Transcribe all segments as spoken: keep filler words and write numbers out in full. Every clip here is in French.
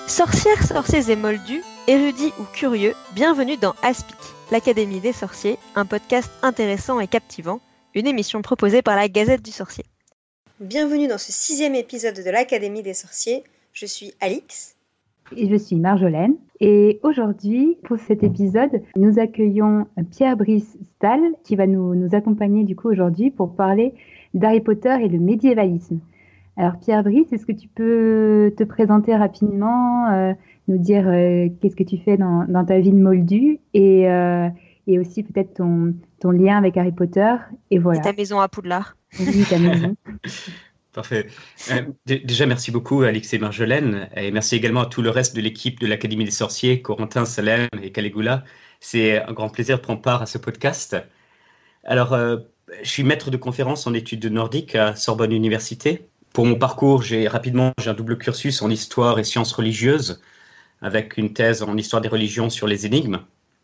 Sorcières, sorciers et moldus, érudits ou curieux, bienvenue dans Aspic, l'Académie des sorciers, un podcast intéressant et captivant, une émission proposée par la Gazette du Sorcier. Bienvenue dans ce sixième épisode de l'Académie des sorciers, je suis Alix. Et je suis Marjolaine. Et aujourd'hui, pour cet épisode, nous accueillons Pierre-Brice Stahl qui va nous, nous accompagner du coup aujourd'hui pour parler d'Harry Potter et le médiévalisme. Alors Pierre-Brice, est-ce que tu peux te présenter rapidement, euh, nous dire euh, qu'est-ce que tu fais dans, dans ta vie de moldu et, euh, et aussi peut-être ton, ton lien avec Harry Potter et voilà. Et ta maison à Poudlard. Oui, ta maison. Parfait. Euh, d- déjà, merci beaucoup Alix et Marjolaine et merci également à tout le reste de l'équipe de l'Académie des sorciers, Corentin, Salem et Caligula. C'est un grand plaisir de prendre part à ce podcast. Alors, euh, je suis maître de conférence en études nordiques à Sorbonne Université. Pour mon parcours, j'ai rapidement j'ai un double cursus en histoire et sciences religieuses, avec une thèse en histoire des religions sur les énigmes.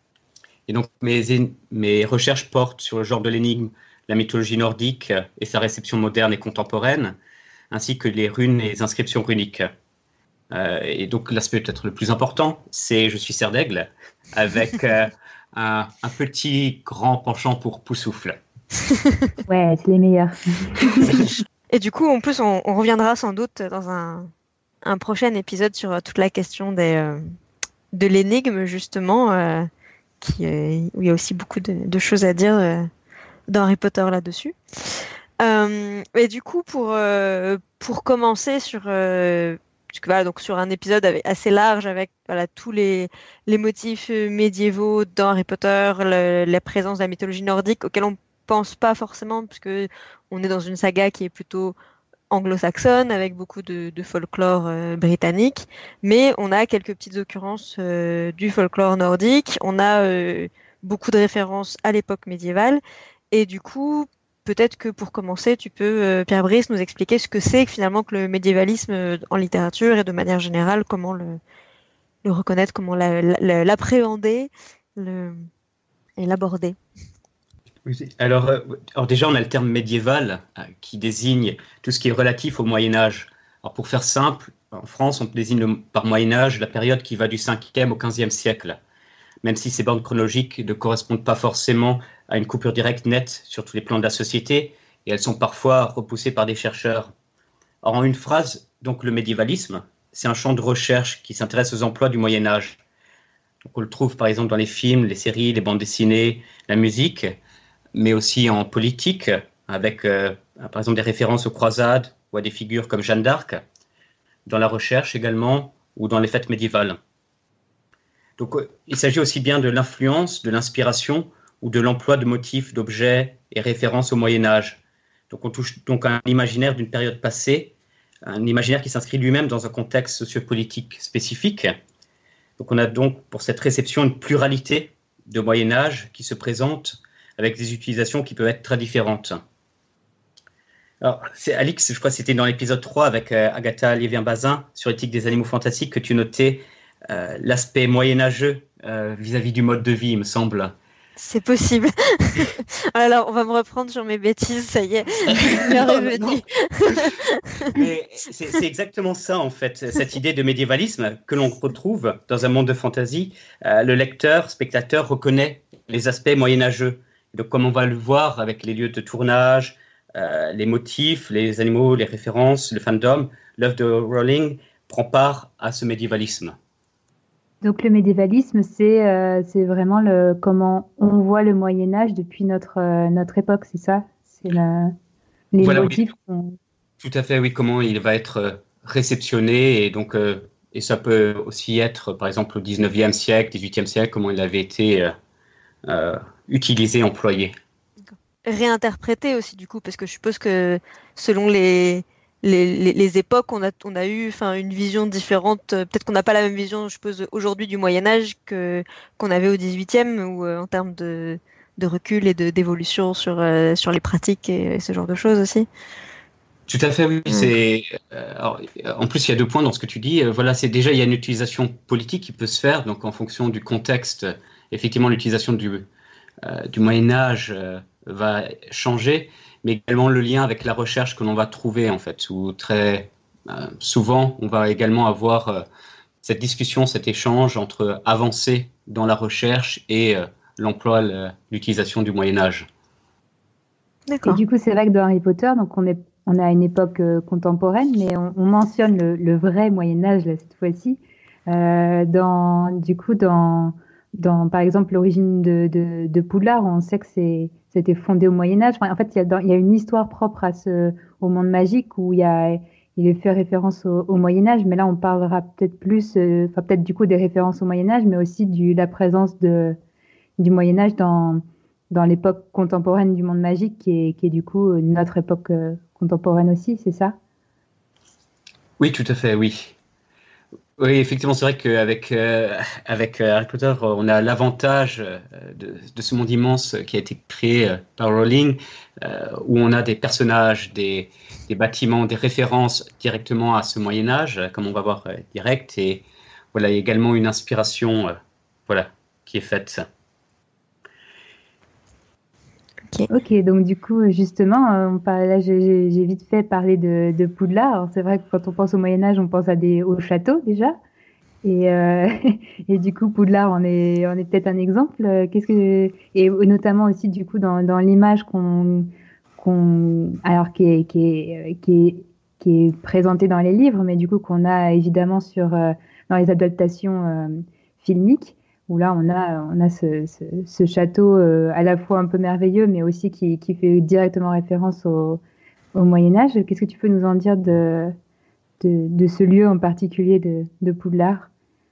Et donc mes, mes recherches portent sur le genre de l'énigme, la mythologie nordique et sa réception moderne et contemporaine, ainsi que les runes et les inscriptions runiques. Euh, et donc l'aspect peut-être le plus important, c'est je suis cerf d'aigle, avec euh, un, un petit grand penchant pour Poussoufle. Ouais, c'est les meilleurs. Et du coup, en plus, on, on reviendra sans doute dans un, un prochain épisode sur euh, toute la question des, euh, de l'énigme, justement, euh, qui, euh, où il y a aussi beaucoup de, de choses à dire euh, dans Harry Potter là-dessus. Euh, et du coup, pour, euh, pour commencer sur, euh, puisque, voilà, donc sur un épisode avec, assez large avec voilà, tous les, les motifs médiévaux dans Harry Potter, le, la présence de la mythologie nordique auquel on pense pas forcément, puisque on est dans une saga qui est plutôt anglo-saxonne, avec beaucoup de, de folklore euh, britannique, mais on a quelques petites occurrences euh, du folklore nordique, on a euh, beaucoup de références à l'époque médiévale, et du coup, peut-être que pour commencer, tu peux, euh, Pierre-Brice, nous expliquer ce que c'est que, finalement que le médiévalisme euh, en littérature, et de manière générale, comment le, le reconnaître, comment la, la, l'appréhender le, et l'aborder. Alors, euh, alors déjà, on a le terme médiéval euh, qui désigne tout ce qui est relatif au Moyen-Âge. Alors pour faire simple, en France, on désigne le, par Moyen-Âge la période qui va du cinquième au quinzième siècle, même si ces bornes chronologiques ne correspondent pas forcément à une coupure directe nette sur tous les plans de la société, et elles sont parfois repoussées par des chercheurs. Alors en une phrase, donc le médiévalisme, c'est un champ de recherche qui s'intéresse aux emplois du Moyen-Âge. Donc on le trouve par exemple dans les films, les séries, les bandes dessinées, la musique, mais aussi en politique, avec euh, par exemple des références aux croisades ou à des figures comme Jeanne d'Arc, dans la recherche également, ou dans les fêtes médiévales. Donc euh, il s'agit aussi bien de l'influence, de l'inspiration, ou de l'emploi de motifs, d'objets et références au Moyen-Âge. Donc on touche donc à un imaginaire d'une période passée, un imaginaire qui s'inscrit lui-même dans un contexte sociopolitique spécifique. Donc on a donc pour cette réception une pluralité de Moyen-Âge qui se présente avec des utilisations qui peuvent être très différentes. Alors, c'est Alix, je crois que c'était dans l'épisode trois avec euh, Agatha Lévien-Bazin sur l'éthique des animaux fantastiques que tu notais euh, l'aspect moyenâgeux euh, vis-à-vis du mode de vie, il me semble. C'est possible. Alors, on va me reprendre sur mes bêtises, ça y est, l'heure est venue. Mais c'est, c'est exactement ça, en fait, cette idée de médiévalisme que l'on retrouve dans un monde de fantasy. Euh, le lecteur, spectateur, reconnaît les aspects moyenâgeux. Donc, comme on va le voir avec les lieux de tournage, euh, les motifs, les animaux, les références, le fandom, l'œuvre de Rowling prend part à ce médiévalisme. Donc le médiévalisme, c'est, euh, c'est vraiment le, comment on voit le Moyen-Âge depuis notre, euh, notre époque, c'est ça? C'est la, les Voilà, motifs oui. qu'on... Tout à fait, oui, comment il va être réceptionné. Et, donc, euh, et ça peut aussi être, par exemple, au dix-neuvième siècle, dix-huitième siècle, comment il avait été euh, euh, utilisé, employé. Réinterpréter aussi, du coup, parce que je suppose que selon les, les, les, les époques, on a, on a eu enfin, une vision différente. Peut-être qu'on n'a pas la même vision, je suppose, aujourd'hui du Moyen-Âge que, qu'on avait au dix-huitième, ou euh, en termes de, de recul et de, d'évolution sur, euh, sur les pratiques et, et ce genre de choses aussi. Tout à fait, oui. Mm. C'est, euh, alors, en plus, il y a deux points dans ce que tu dis. Euh, voilà, c'est déjà, il y a une utilisation politique qui peut se faire, donc en fonction du contexte, effectivement, l'utilisation du, euh, du Moyen-Âge euh, va changer, mais également le lien avec la recherche que l'on va trouver, en fait, où très euh, souvent, on va également avoir euh, cette discussion, cet échange entre avancée dans la recherche et euh, l'emploi, l'utilisation du Moyen-Âge. Et du coup, c'est vrai que dans Harry Potter, donc on est on est à une époque euh, contemporaine, mais on, on mentionne le, le vrai Moyen-Âge là, cette fois-ci. Euh, dans, du coup, dans, dans, par exemple, l'origine de, de, de Poudlard, on sait que c'est, c'était fondé au Moyen-Âge. Enfin, en fait, il y, a dans, il y a une histoire propre à ce, au monde magique où il, y a, il est fait référence au, au Moyen-Âge, mais là, on parlera peut-être plus, euh, enfin, peut-être du coup des références au Moyen-Âge, mais aussi de la présence de, du Moyen-Âge dans, dans l'époque contemporaine du monde magique, qui est, qui est du coup notre époque euh, contemporaine aussi, c'est ça? Oui, tout à fait, oui. Oui, effectivement, c'est vrai qu'avec euh, avec Harry Potter, on a l'avantage de, de ce monde immense qui a été créé par Rowling, euh, où on a des personnages, des, des bâtiments, des références directement à ce Moyen-Âge, comme on va voir euh, direct, et voilà, il y a également une inspiration euh, voilà, qui est faite. Okay. Ok, donc du coup, justement, on parle, là, j'ai, j'ai vite fait parler de, de Poudlard. Alors, c'est vrai que quand on pense au Moyen-Âge, on pense à des hauts châteaux déjà. Et, euh, et du coup, Poudlard en est, en est peut-être un exemple. Qu'est-ce que, et notamment aussi, du coup, dans, dans l'image qu'on, qu'on, alors qui est, qui est, qui est, qui est présentée dans les livres, mais du coup, qu'on a évidemment sur, euh, dans les adaptations euh, filmiques, où là, on a, on a ce, ce, ce château euh, à la fois un peu merveilleux, mais aussi qui, qui fait directement référence au, au Moyen-Âge. Qu'est-ce que tu peux nous en dire de, de, de ce lieu en particulier de, de Poudlard?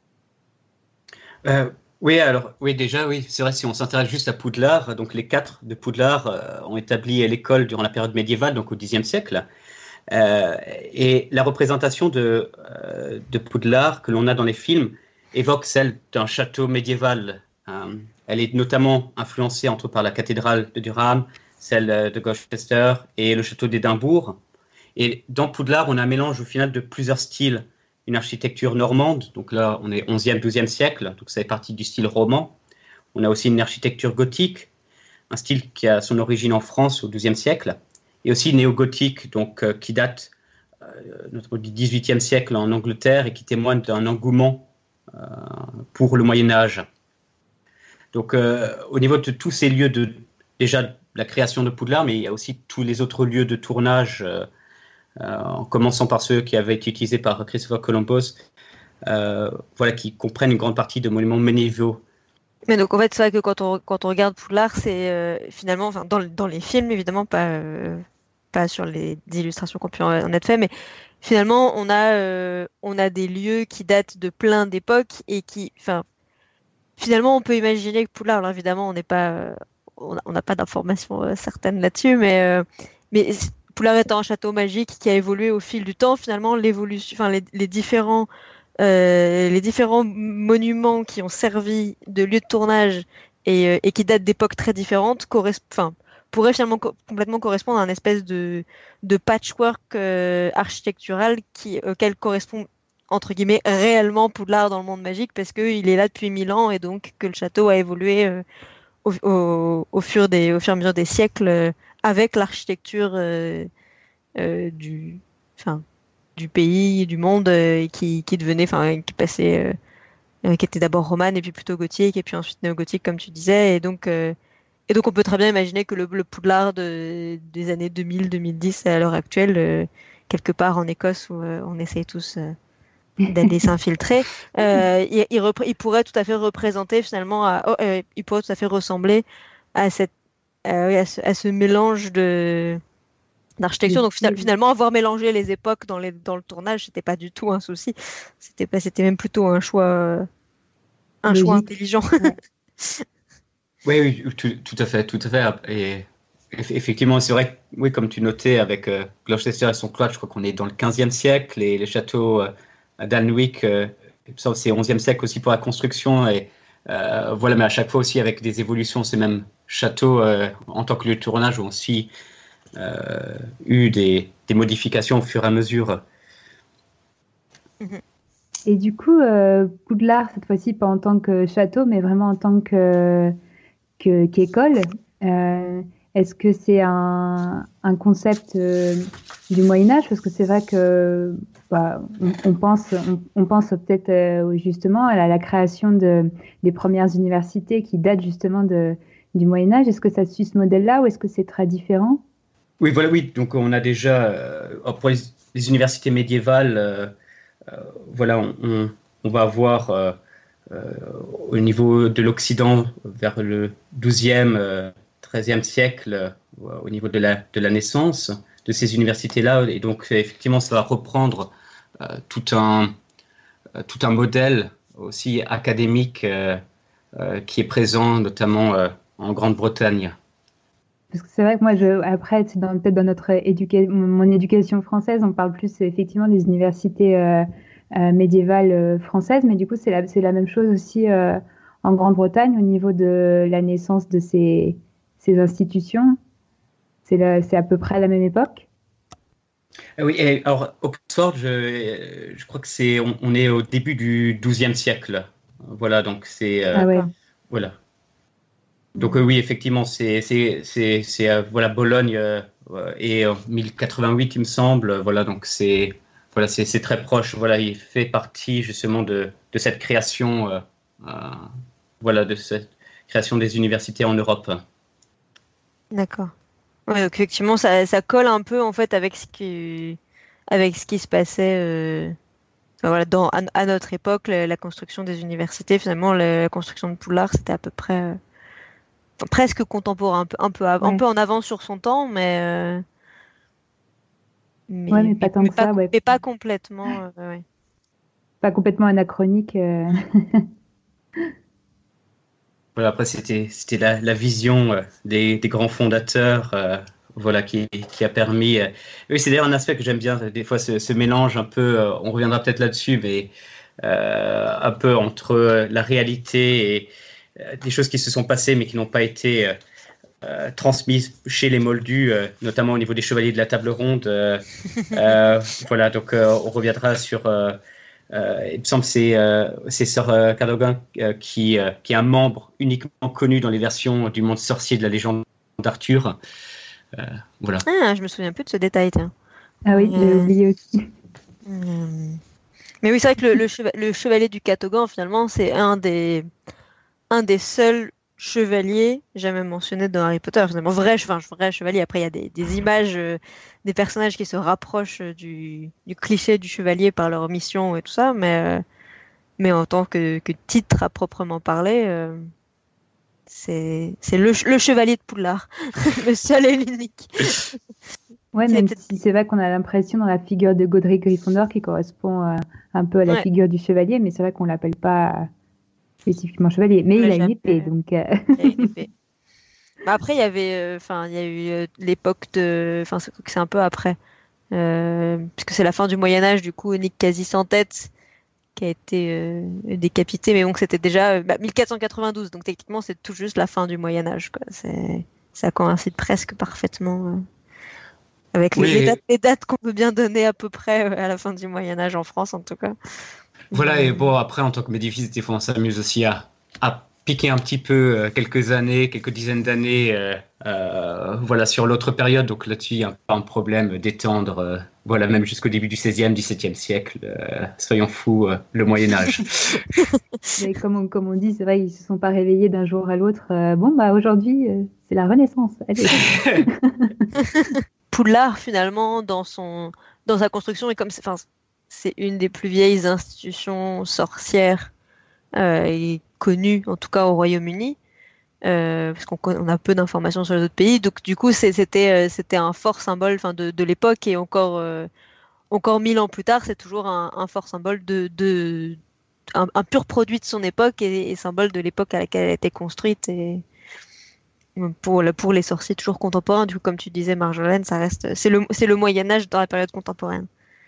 Euh, oui, alors, oui, déjà, oui, c'est vrai, si on s'intéresse juste à Poudlard, donc les quatre de Poudlard euh, ont établi l'école durant la période médiévale, donc au Xe siècle. Euh, et la représentation de, euh, de Poudlard que l'on a dans les films évoque celle d'un château médiéval. Euh, elle est notamment influencée entre par la cathédrale de Durham, celle de Gloucester et le château d'Édimbourg. Et dans Poudlard, on a un mélange au final de plusieurs styles. Une architecture normande, donc là on est onzième, douzième siècle, donc ça fait partie du style roman. On a aussi une architecture gothique, un style qui a son origine en France au douzième siècle, et aussi néo-gothique, donc euh, qui date euh, notamment du dix-huitième siècle en Angleterre et qui témoigne d'un engouement euh, pour le Moyen-Âge. Donc euh, au niveau de tous ces lieux, de déjà la création de Poudlard, mais il y a aussi tous les autres lieux de tournage, euh, Euh, en commençant par ceux qui avaient été utilisés par Christopher Columbus, euh, voilà, qui comprennent une grande partie de monuments médiévaux. Mais donc en fait, c'est vrai que quand on, quand on regarde Poudlard, c'est euh, finalement, enfin, dans, dans les films, évidemment, pas, euh, pas sur les illustrations qu'on peut en être fait, mais finalement, on a, euh, on a des lieux qui datent de plein d'époques et qui, enfin, finalement, on peut imaginer que Poudlard, alors évidemment, on n'est pas, euh, on n'a pas d'informations euh, certaines là-dessus, mais, euh, mais Poudlard étant un château magique qui a évolué au fil du temps, finalement, l'évolution, enfin, les, les différents, euh, les différents monuments qui ont servi de lieu de tournage et, euh, et qui datent d'époques très différentes, enfin, pourraient finalement co- complètement correspondre à un espèce de, de patchwork euh, architectural qui, auquel correspond entre guillemets réellement Poudlard dans le monde magique parce qu'il est là depuis mille ans et donc que le château a évolué euh, au, au, au, fur des, au fur et à mesure des siècles euh, avec l'architecture euh, euh, du, enfin, du pays, du monde euh, qui, qui devenait, enfin, qui passait, euh, qui était d'abord romane et puis plutôt gothique et puis ensuite néo-gothique comme tu disais et donc euh, et donc on peut très bien imaginer que le, le Poudlard de, des années deux mille deux mille dix à l'heure actuelle euh, quelque part en Écosse où euh, on essaye tous euh, d'aller s'infiltrer, euh, il, il, repr- il pourrait tout à fait représenter finalement, à, oh, euh, il pourrait tout à fait ressembler à, cette, euh, oui, à, ce, à ce mélange de d'architecture. Donc fina- finalement, avoir mélangé les époques dans, les, dans le tournage, c'était pas du tout un souci. C'était pas, c'était même plutôt un choix, euh, un Logique. choix intelligent. Ouais. Oui, oui, tout, tout à fait, tout à fait. Et effectivement, c'est vrai que, oui, comme tu notais avec euh, Gloucester et son cloître, je crois qu'on est dans le quinzième siècle et les châteaux euh, d'Alnwick, euh, c'est onzième siècle aussi pour la construction. Et euh, voilà, mais à chaque fois aussi avec des évolutions, ces mêmes châteaux euh, en tant que lieu de tournage ont aussi euh, eu des, des modifications au fur et à mesure. Et du coup, euh, Poudlard, cette fois-ci, pas en tant que château, mais vraiment en tant que, que, qu'école, euh, est-ce que c'est un, un concept euh, du Moyen-Âge? Parce que c'est vrai que bah, on, on pense, on, on pense peut-être euh, justement à la, la création de, des premières universités qui datent justement de, du Moyen-Âge. Est-ce que ça suit ce modèle-là ou est-ce que c'est très différent? Oui, voilà, oui. Donc, on a déjà, euh, pour les, les universités médiévales, euh, euh, voilà, on, on, on va avoir euh, euh, au niveau de l'Occident, vers le douzième, euh, treizième siècle, euh, au niveau de la, de la naissance de ces universités-là. Et donc, effectivement, ça va reprendre euh, tout un, euh, tout un modèle aussi académique euh, euh, qui est présent notamment euh, en Grande-Bretagne. Parce que c'est vrai que moi, je, après, c'est dans, peut-être dans notre éducation, mon éducation française, on parle plus effectivement des universités euh, euh, médiévales euh, françaises, mais du coup, c'est la, c'est la même chose aussi euh, en Grande-Bretagne au niveau de la naissance de ces, ces institutions. C'est, la, c'est à peu près à la même époque. Ah oui, et alors Oxford, je, je crois que c'est, on, on est au début du douzième siècle. Voilà, donc c'est, euh, Ah ouais. voilà. Donc euh, oui, effectivement, c'est, c'est, c'est, c'est euh, voilà, Bologne euh, et en mille quatre-vingt-huit, il me semble. Voilà, donc c'est, voilà, c'est, c'est très proche. Voilà, il fait partie justement de, de cette création, euh, euh, voilà, de cette création des universités en Europe. D'accord. Ouais, donc effectivement, ça, ça colle un peu en fait avec ce qui, avec ce qui se passait euh, enfin, voilà, dans, à, à notre époque, la, la construction des universités, finalement, la, la construction de Poudlard, c'était à peu près euh, enfin, presque contemporain, un peu, un peu, av- un Ouais. peu en avance sur son temps, mais, euh, Ouais, mais, mais pas mais, tant mais que pas, ça, ouais. mais pas complètement. euh, ouais. Pas complètement anachronique. euh. Voilà, après, c'était, c'était la, la vision euh, des, des grands fondateurs euh, voilà, qui, qui a permis. euh, Oui, c'est d'ailleurs un aspect que j'aime bien, des fois, ce, ce mélange un peu, euh, on reviendra peut-être là-dessus, mais euh, un peu entre euh, la réalité et euh, des choses qui se sont passées mais qui n'ont pas été euh, euh, transmises chez les Moldus, euh, notamment au niveau des chevaliers de la table ronde. euh, euh, voilà, donc euh, on reviendra sur. euh, euh, il me semble que c'est, euh, c'est Sir euh, Cadogan euh, qui, euh, qui est un membre uniquement connu dans les versions du monde sorcier de la légende d'Arthur. Euh, voilà. Ah, je me souviens plus de ce détail, tiens. Ah oui, j'avais Euh, oublié aussi. hum. Mais oui, c'est vrai que le, le, cheva- le chevalier du Catogan, finalement, c'est un des, un des seuls chevaliers jamais mentionnés dans Harry Potter. Finalement, vrai, che- enfin, vrai chevalier. Après, il y a des, des images, euh, des personnages qui se rapprochent euh, du, du cliché du chevalier par leur mission et tout ça, mais, euh, mais en tant que, que titre à proprement parler, euh, c'est, c'est le, ch- le chevalier de Poudlard, le seul et l'unique. Ouais, C'est même peut-être. si c'est vrai qu'on a l'impression dans la figure de Godric Gryffondor qui correspond euh, un peu à la Ouais, figure du chevalier, mais c'est vrai qu'on l'appelle pas spécifiquement chevalier. on Mais il l'a a une jamais. épée, donc euh, Il a une épée. Bah après, il y avait, euh, enfin, il y a eu euh, l'époque de, enfin, c'est c'est un peu après, euh, puisque c'est la fin du Moyen Âge, du coup, Nick quasi sans tête qui a été euh, décapité, mais donc c'était déjà euh, bah, mille quatre cent quatre-vingt-douze, donc techniquement c'est tout juste la fin du Moyen Âge, quoi. C'est, ça coïncide presque parfaitement euh, avec les, les dates, Oui, les dates qu'on peut bien donner à peu près euh, à la fin du Moyen Âge en France, en tout cas. voilà, et Mais, bon, après, en tant que médiéviste, des fois, on s'amuse aussi à, à piquer un petit peu euh, quelques années, quelques dizaines d'années, euh, euh, voilà, sur l'autre période. Donc là-dessus, il n'y a pas un problème d'étendre, euh, voilà, même jusqu'au début du seizième, dix-septième siècle. euh, soyons fous, euh, le Moyen-Âge. mais comme on, comme on dit, c'est vrai, ils se sont pas réveillés d'un jour à l'autre. euh, bon, bah aujourd'hui, euh, c'est la Renaissance. Allez. Poudlard, finalement, dans son, dans sa construction, et comme c'est, enfin, c'est une des plus vieilles institutions sorcières euh, et connues, en tout cas au Royaume-Uni, euh, parce qu'on con- on a peu d'informations sur les autres pays. Donc, du coup, c'est- c'était, euh, c'était un fort symbole, enfin, de, de l'époque et encore, euh, encore mille ans plus tard, c'est toujours un, un fort symbole de, de un, un pur produit de son époque et, et symbole de l'époque à laquelle elle a été construite. Et pour, le- pour les sorciers toujours contemporains, du coup, comme tu disais, Marjolaine, ça reste, c'est le, c'est le Moyen Âge dans la période contemporaine.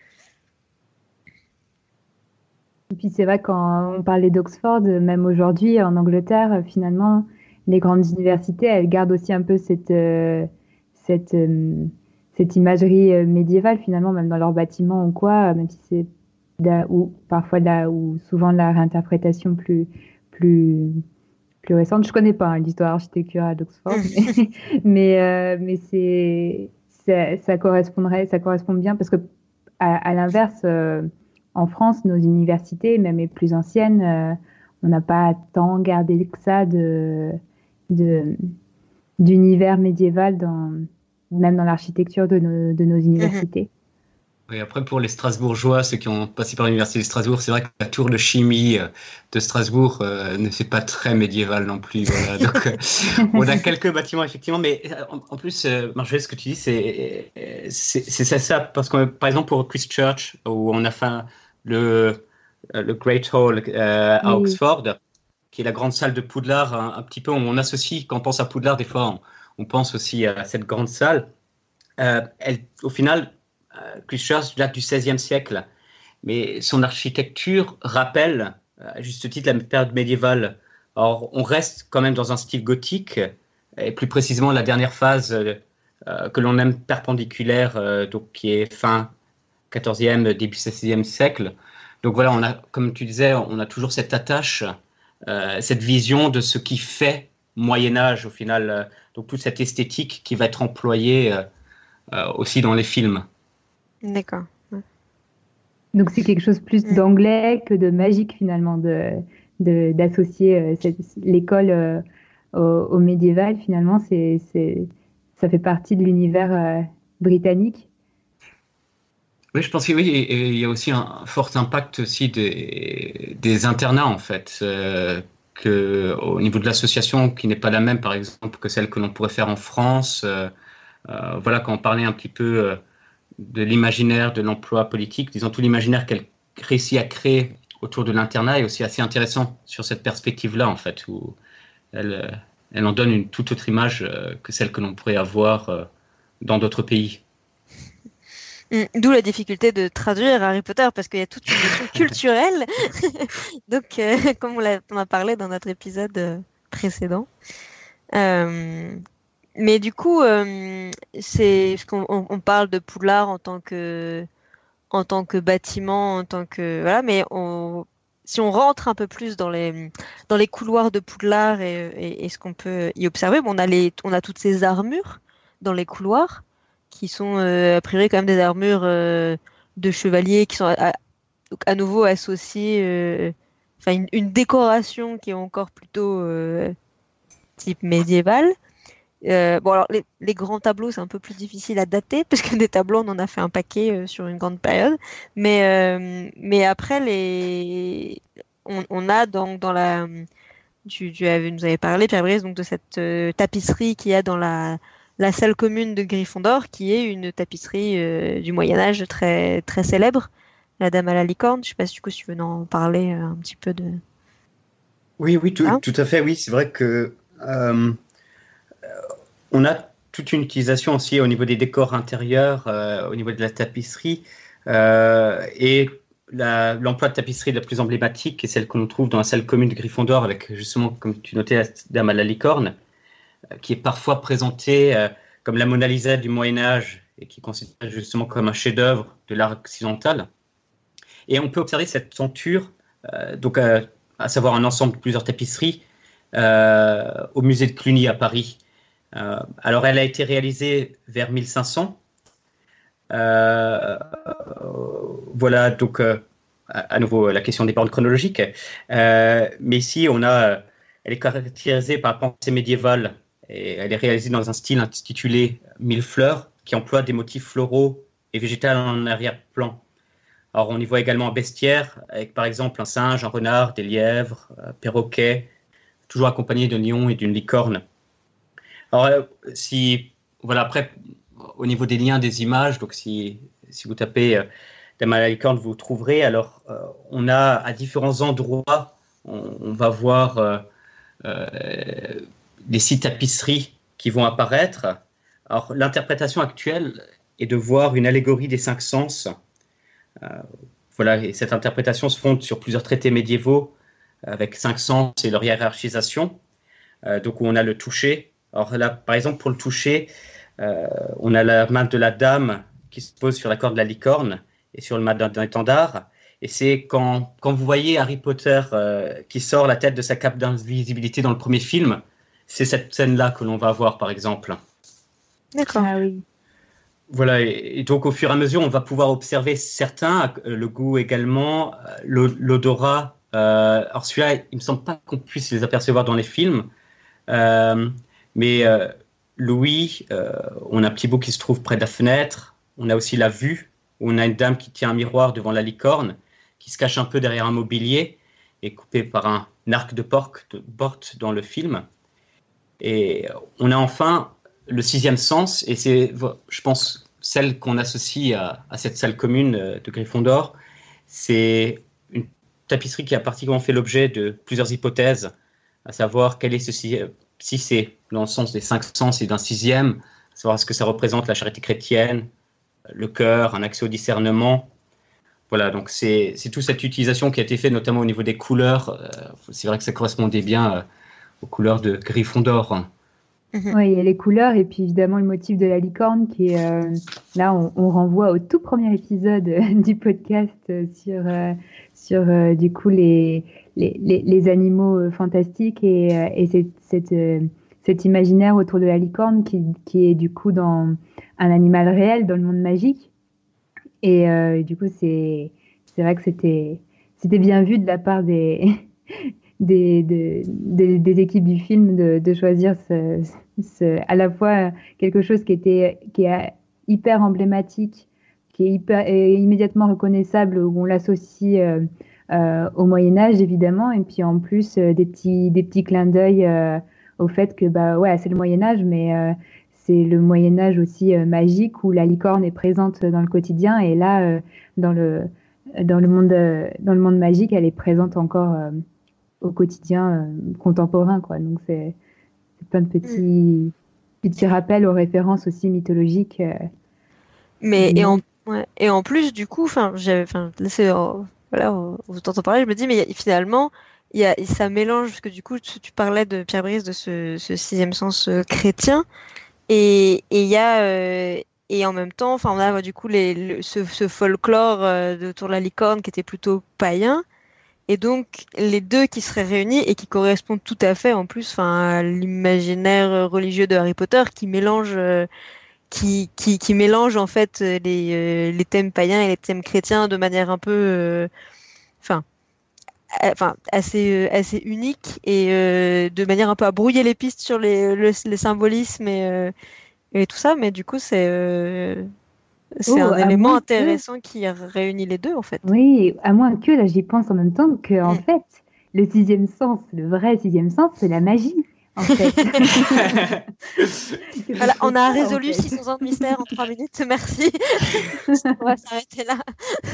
Et puis c'est vrai quand on parlait d'Oxford, euh, même aujourd'hui en Angleterre, euh, finalement, les grandes universités, elles gardent aussi un peu cette, euh, cette, euh, cette imagerie euh, médiévale finalement, même dans leurs bâtiments ou quoi, euh, même si c'est de la- ou parfois de la, ou souvent de la réinterprétation plus, plus, plus récentes. Je connais pas hein, l'histoire architecturale d'Oxford, mais, mais, euh, mais c'est, ça, ça correspondrait, ça correspond bien parce que à, à l'inverse, euh, en France, nos universités, même les plus anciennes, euh, on n'a pas tant gardé que ça de, de, d'univers médiéval, dans, même dans l'architecture de nos, de nos universités. Oui, après, pour les Strasbourgeois, ceux qui ont passé par l'université de Strasbourg, c'est vrai que la tour de chimie de Strasbourg euh, ne fait pas très médiéval non plus. Voilà. Donc, euh, on a quelques bâtiments, effectivement, mais en, en plus, euh, Marjorie, ce que tu dis, c'est, c'est, c'est ça, parce que, par exemple, pour Christchurch, où on a fait le, le Great Hall euh, à Oui. Oxford, qui est la grande salle de Poudlard, un, un petit peu, on associe, quand on pense à Poudlard, des fois, on, on pense aussi à cette grande salle. Euh, elle, au final, Christchurch date du seizième siècle, mais son architecture rappelle, à juste titre, la période médiévale. Or, on reste quand même dans un style gothique, et plus précisément la dernière phase euh, que l'on aime perpendiculaire, euh, donc qui est fin quatorzième, début seizième siècle. Donc voilà, on a, comme tu disais, on a toujours cette attache, euh, cette vision de ce qui fait Moyen-Âge au final, euh, donc toute cette esthétique qui va être employée euh, euh, aussi dans les films. D'accord. Ouais. Donc c'est quelque chose plus Mm. d'anglais que de magique finalement, de, de, d'associer euh, cette, l'école euh, au, au médiéval. Finalement, c'est, c'est, ça fait partie de l'univers euh, britannique. Oui, je pense que oui, et il y a aussi un fort impact aussi des, des internats en fait, euh, que au niveau de l'association qui n'est pas la même par exemple que celle que l'on pourrait faire en France. Euh, euh, voilà, quand on parlait un petit peu euh, de l'imaginaire de l'emploi politique, disons tout l'imaginaire qu'elle réussit à créer autour de l'internat est aussi assez intéressant sur cette perspective-là en fait, où elle, elle en donne une toute autre image euh, que celle que l'on pourrait avoir euh, dans d'autres pays. Mm. D'où la difficulté de traduire Harry Potter parce qu'il y a toute une notion culturelle. Donc, euh, comme on, l'a, on a parlé dans notre épisode euh, précédent. Euh, mais du coup, euh, c'est parce qu'on on, on parle de Poudlard en tant que en tant que bâtiment, en tant que voilà, mais on, si on rentre un peu plus dans les dans les couloirs de Poudlard et, et, et ce qu'on peut y observer, bon, on a les on a toutes ces armures dans les couloirs qui sont euh, a priori quand même des armures euh, de chevaliers qui sont à, à, à nouveau associées, euh, enfin une, une décoration qui est encore plutôt euh, type médiéval. Euh, bon, alors les, les grands tableaux, c'est un peu plus difficile à dater parce que des tableaux, on en a fait un paquet euh, sur une grande période. Mais, euh, mais après, les... on, on a donc dans la. Tu, tu avais, nous avais parlé, Pierre-Brice, donc de cette euh, tapisserie qu'il y a dans la, la salle commune de Gryffondor, qui est une tapisserie euh, du Moyen-Âge très, très célèbre, la Dame à la licorne. Je sais pas si du coup, si tu veux en parler euh, un petit peu de. Oui, oui, tout, Ah. tout à fait. Oui, c'est vrai que. Euh, On a toute une utilisation aussi au niveau des décors intérieurs, euh, au niveau de la tapisserie. Euh, et la, l'emploi de tapisserie la plus emblématique est celle que l'on trouve dans la salle commune de Gryffondor, avec justement, comme tu notais, la Dame à la licorne, euh, qui est parfois présentée euh, comme la Mona Lisa du Moyen-Âge et qui est considérée justement comme un chef-d'œuvre de l'art occidental. Et on peut observer cette tenture, euh, donc, euh, à savoir un ensemble de plusieurs tapisseries, euh, au musée de Cluny à Paris. Euh, alors, elle a été réalisée vers mille cinq cents. Euh, voilà, donc, euh, à nouveau, la question des bornes chronologiques. Euh, mais ici, on a, elle est caractérisée par la pensée médiévale et elle est réalisée dans un style intitulé Mille fleurs, qui emploie des motifs floraux et végétaux en arrière-plan. Alors, on y voit également un bestiaire avec, par exemple, un singe, un renard, des lièvres, un perroquet, toujours accompagné d'un lion et d'une licorne. Alors, si, voilà, après, au niveau des liens des images, donc si, si vous tapez euh, Dame à la licorne, vous trouverez. Alors, euh, on a à différents endroits, on, on va voir euh, euh, des six tapisseries qui vont apparaître. Alors, l'interprétation actuelle est de voir une allégorie des cinq sens. Euh, voilà, et cette interprétation se fonde sur plusieurs traités médiévaux avec cinq sens et leur hiérarchisation. Euh, donc, où on a le toucher. Alors là, par exemple, pour le toucher, euh, on a la main de la dame qui se pose sur la corde de la licorne et sur le mât d'un étendard. Et c'est quand, quand vous voyez Harry Potter euh, qui sort la tête de sa cape d'invisibilité dans le premier film, c'est cette scène-là que l'on va voir, par exemple. D'accord. Ah oui. Voilà, et, et donc au fur et à mesure, on va pouvoir observer certains, euh, le goût également, euh, l'o- l'odorat. Euh, alors celui-là, il me semble pas qu'on puisse les apercevoir dans les films, euh, mais euh, l'ouïe, euh, on a un petit bout qui se trouve près de la fenêtre. On a aussi la vue. On a une dame qui tient un miroir devant la licorne, qui se cache un peu derrière un mobilier et coupé par un arc de porte, de porte dans le film. Et on a enfin le sixième sens, et c'est, je pense, celle qu'on associe à, à cette salle commune de Gryffondor. C'est une tapisserie qui a particulièrement fait l'objet de plusieurs hypothèses, à savoir quel est ce sixième, si c'est dans le sens des cinq sens et d'un sixième, à savoir est-ce que ça représente la charité chrétienne, le cœur, un accès au discernement. Voilà, donc c'est, c'est toute cette utilisation qui a été faite, notamment au niveau des couleurs. Euh, c'est vrai que ça correspondait bien euh, aux couleurs de Gryffondor. Mm-hmm. Oui, il y a les couleurs et puis évidemment le motif de la licorne qui est, euh, là on, on renvoie au tout premier épisode du podcast sur, euh, sur euh, du coup les, les, les, les animaux euh, fantastiques et, euh, et cette, cette, euh, cet imaginaire autour de la licorne qui, qui est du coup dans un animal réel dans le monde magique. Et euh, du coup c'est, c'est vrai que c'était, c'était bien vu de la part des... Des, des, des, des équipes du film de, de choisir ce, ce, à la fois quelque chose qui, était, qui est hyper emblématique, qui est hyper, est immédiatement reconnaissable, où on l'associe euh, euh, au Moyen-Âge, évidemment, et puis en plus euh, des, petits, des petits clins d'œil euh, au fait que bah, ouais, c'est le Moyen-Âge, mais euh, c'est le Moyen-Âge aussi euh, magique, où la licorne est présente dans le quotidien, et là, euh, dans, le, dans, le monde, euh, dans le monde magique, elle est présente encore euh, au quotidien euh, contemporain, quoi. Donc c'est, c'est plein de petits, mmh. petits rappels aux références aussi mythologiques. Euh, mais et en, ouais, et en plus du coup, enfin, j'ai, enfin, c'est, oh, voilà, vous t'entendez parler, je me dis, mais y a, finalement, il y a, ça mélange parce que du coup, tu, tu parlais de Pierre Brice de ce, ce sixième sens euh, chrétien, et il y a euh, et en même temps, enfin, on a du coup les, le, ce, ce folklore euh, autour de la licorne qui était plutôt païen. Et donc, les deux qui seraient réunis et qui correspondent tout à fait, en plus, à l'imaginaire religieux de Harry Potter, qui mélange, euh, qui, qui, qui mélange en fait les, euh, les thèmes païens et les thèmes chrétiens de manière un peu, enfin, euh, enfin, assez, euh, assez unique et euh, de manière un peu à brouiller les pistes sur les, le, les symbolismes et, euh, et tout ça. Mais du coup, c'est euh, c'est oh, un élément intéressant que... qui réunit les deux, en fait. Oui, à moins que, là j'y pense en même temps, que en mmh. fait, le sixième sens, le vrai sixième sens, c'est la magie, en fait. Voilà, on a résolu en fait. six cents ans de mystère en trois minutes, merci. On va s'arrêter là.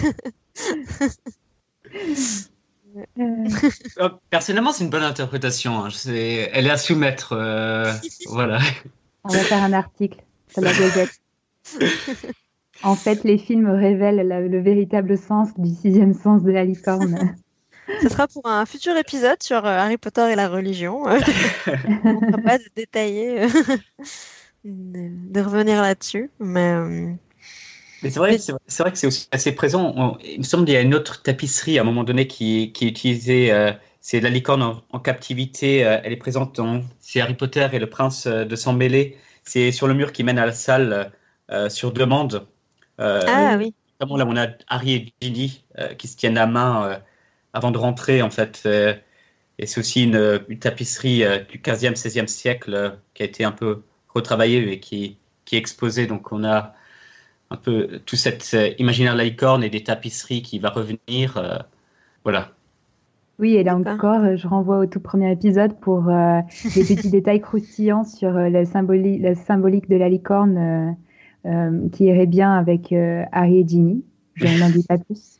euh... Personnellement, c'est une bonne interprétation. Hein. C'est... Elle est à soumettre. Euh... voilà. On va faire un article sur la Gazette. En fait, les films révèlent la, le véritable sens du sixième sens de la licorne. Ce sera pour un futur épisode sur euh, Harry Potter et la religion. On ne va pas de détailler, euh, de, de revenir là-dessus. Mais, euh... mais c'est vrai, mais... c'est vrai, c'est vrai que c'est aussi assez présent. On, il me semble qu'il y a une autre tapisserie à un moment donné qui, qui est utilisée. Euh, c'est la licorne en, en captivité. Euh, elle est présente dans c'est Harry Potter et le prince de sang mêlé. C'est sur le mur qui mène à la salle euh, sur demande. Euh, ah oui. Notamment là, on a Harry et Ginny euh, qui se tiennent la main euh, avant de rentrer, en fait. Euh, et c'est aussi une, une tapisserie euh, du quinzième, seizième siècle euh, qui a été un peu retravaillée et qui, qui est exposée. Donc, on a un peu tout cet euh, imaginaire de la licorne et des tapisseries qui va revenir. Euh, voilà. Oui, et là encore, je renvoie au tout premier épisode pour euh, des petits détails croustillants sur euh, la, symboli- la symbolique de la licorne. Euh, Euh, qui irait bien avec euh, Harry et Ginny. Je n'en dis pas plus.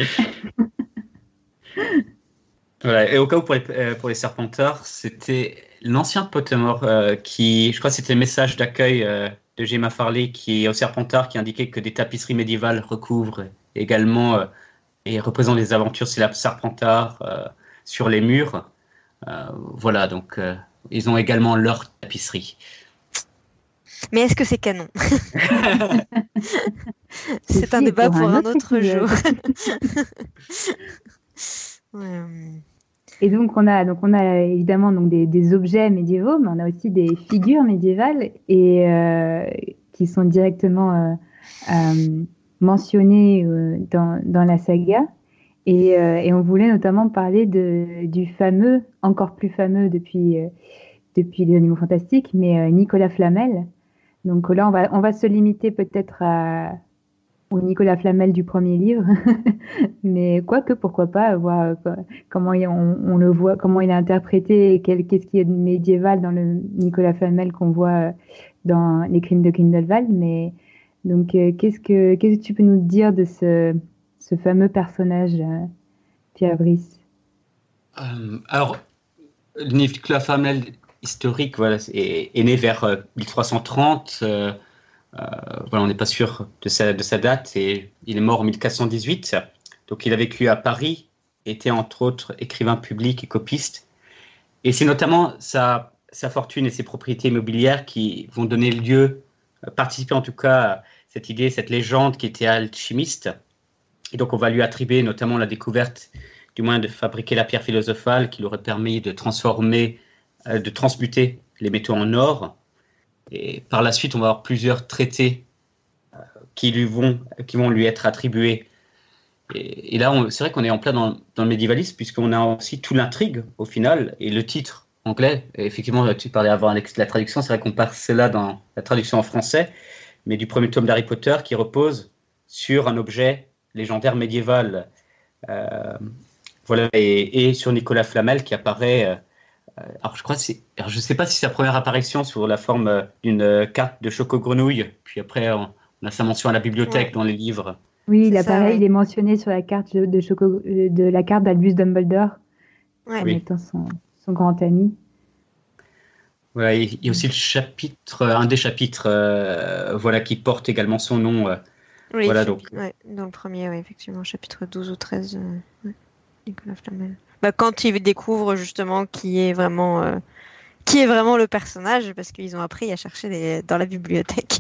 Voilà. Et au cas où, pour les, euh, pour les Serpentards, c'était l'ancien Pottermore euh, qui, je crois que c'était le message d'accueil euh, de Gemma Farley qui, au Serpentard qui indiquait que des tapisseries médiévales recouvrent également euh, et représentent les aventures c'est la Serpentard euh, sur les murs. Euh, voilà, donc euh, ils ont également leur tapisserie. Mais est-ce que c'est canon? C'est un Si, débat pour pour un un autre autre épisode. jour. Ouais. Et donc on a donc on a évidemment donc des, des objets médiévaux, mais on a aussi des figures médiévales et euh, qui sont directement euh, euh, mentionnées euh, dans, dans la saga. Et, euh, et on voulait notamment parler de, du fameux, encore plus fameux depuis, euh, depuis les Animaux Fantastiques, mais euh, Nicolas Flamel. Donc là, on va, on va se limiter peut-être à, au Nicolas Flamel du premier livre, mais quoique, pourquoi pas, voir euh, comment il- on, on le voit, comment il est interprété et quel- qu'est-ce qui est de médiéval dans le Nicolas Flamel qu'on voit euh, dans Les Crimes de Grindelwald. Mais donc, euh, qu'est-ce que, qu'est-ce que tu peux nous dire de ce, ce fameux personnage, euh, Pierre Brice? Euh, alors, le Nicolas Flamel historique voilà, est, est né vers euh, mille trois cent trente. Euh, euh, voilà, on n'est pas sûr de sa, de sa date et il est mort en mille quatre cent dix-huit. Donc, il a vécu à Paris, était entre autres écrivain public et copiste. Et c'est notamment sa, sa fortune et ses propriétés immobilières qui vont donner lieu, euh, participer en tout cas à cette idée, cette légende qui était alchimiste. Et donc, on va lui attribuer notamment la découverte du moyen de fabriquer la pierre philosophale qui lui aurait permis de transformer, euh, de transmuter les métaux en or. Et par la suite, on va avoir plusieurs traités euh, qui, lui vont, qui vont lui être attribués. Et, et là, on, c'est vrai qu'on est en plein dans, dans le médiévalisme, puisqu'on a aussi tout l'intrigue au final, et le titre anglais. Et effectivement, tu parlais avant de la traduction, c'est vrai qu'on passe là dans la traduction en français, mais du premier tome d'Harry Potter qui repose sur un objet légendaire médiéval. Euh, voilà, et, et sur Nicolas Flamel qui apparaît. Euh, alors je crois que c'est, alors je sais pas si c'est sa première apparition sous la forme euh, d'une euh, carte de choco-grenouille. Puis après, on, on a sa mention à la bibliothèque Ouais. dans les livres. Oui, il C'est a ça, pareil, ouais. il est mentionné sur la carte de, de, Choco, de la carte d'Albus Dumbledore Ouais. comme Oui. étant son, son grand ami. Voilà, il y a aussi le chapitre, euh, un des chapitres, euh, voilà, qui porte également son nom. euh, Oui, voilà, chapi- donc. ouais, dans le premier, ouais, effectivement, chapitre douze ou treize, euh, ouais, Nicolas Flamel. Bah, quand ils découvrent justement qui est vraiment, euh, qui est vraiment le personnage, parce qu'ils ont appris à chercher des- dans la bibliothèque.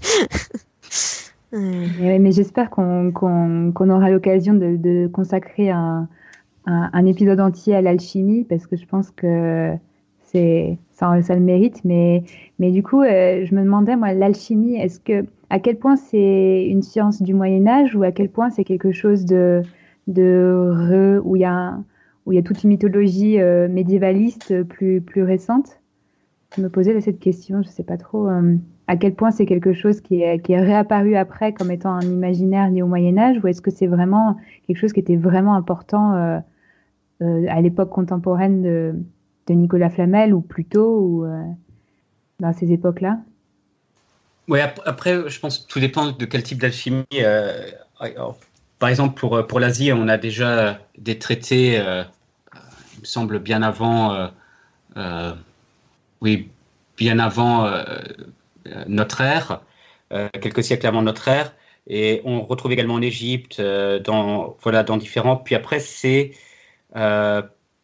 Ouais. Mais, ouais, mais j'espère qu'on qu'on, qu'on aura l'occasion de, de consacrer un, un, un épisode entier à l'alchimie parce que je pense que c'est ça, ça le mérite. Mais, mais du coup, euh, je me demandais, moi, l'alchimie, est-ce que à quel point c'est une science du Moyen Âge ou à quel point c'est quelque chose de, de re, où il y a un- où il y a toute une mythologie euh, médiévaliste plus, plus récente? Je me posais cette question, je sais pas trop euh, à quel point c'est quelque chose qui est, qui est réapparu après comme étant un imaginaire lié au Moyen Âge ou est-ce que c'est vraiment quelque chose qui était vraiment important euh, euh, à l'époque contemporaine de, de Nicolas Flamel ou plus tôt ou euh, dans ces époques-là? Ouais, ap- après, je pense que tout dépend de quel type d'alchimie. euh, alors, par exemple, pour, pour l'Asie, on a déjà des traités, euh, il me semble, bien avant, euh, euh, oui, bien avant euh, notre ère, euh, quelques siècles avant notre ère. Et on retrouve également en Égypte, euh, dans, voilà, dans différents. Puis après, c'est euh,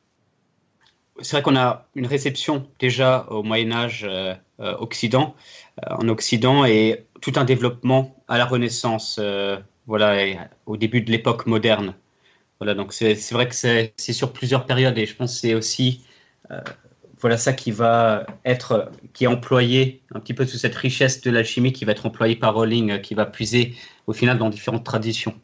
c'est vrai qu'on a une réception déjà au Moyen Âge euh, euh, Occident, euh, en Occident, et tout un développement à la Renaissance, euh, voilà, et au début de l'époque moderne. Voilà, donc c'est c'est vrai que c'est c'est sur plusieurs périodes, et je pense que c'est aussi euh, voilà ça qui va être, qui est employé un petit peu sous cette richesse de l'alchimie qui va être employée par Rowling, euh, qui va puiser au final dans différentes traditions.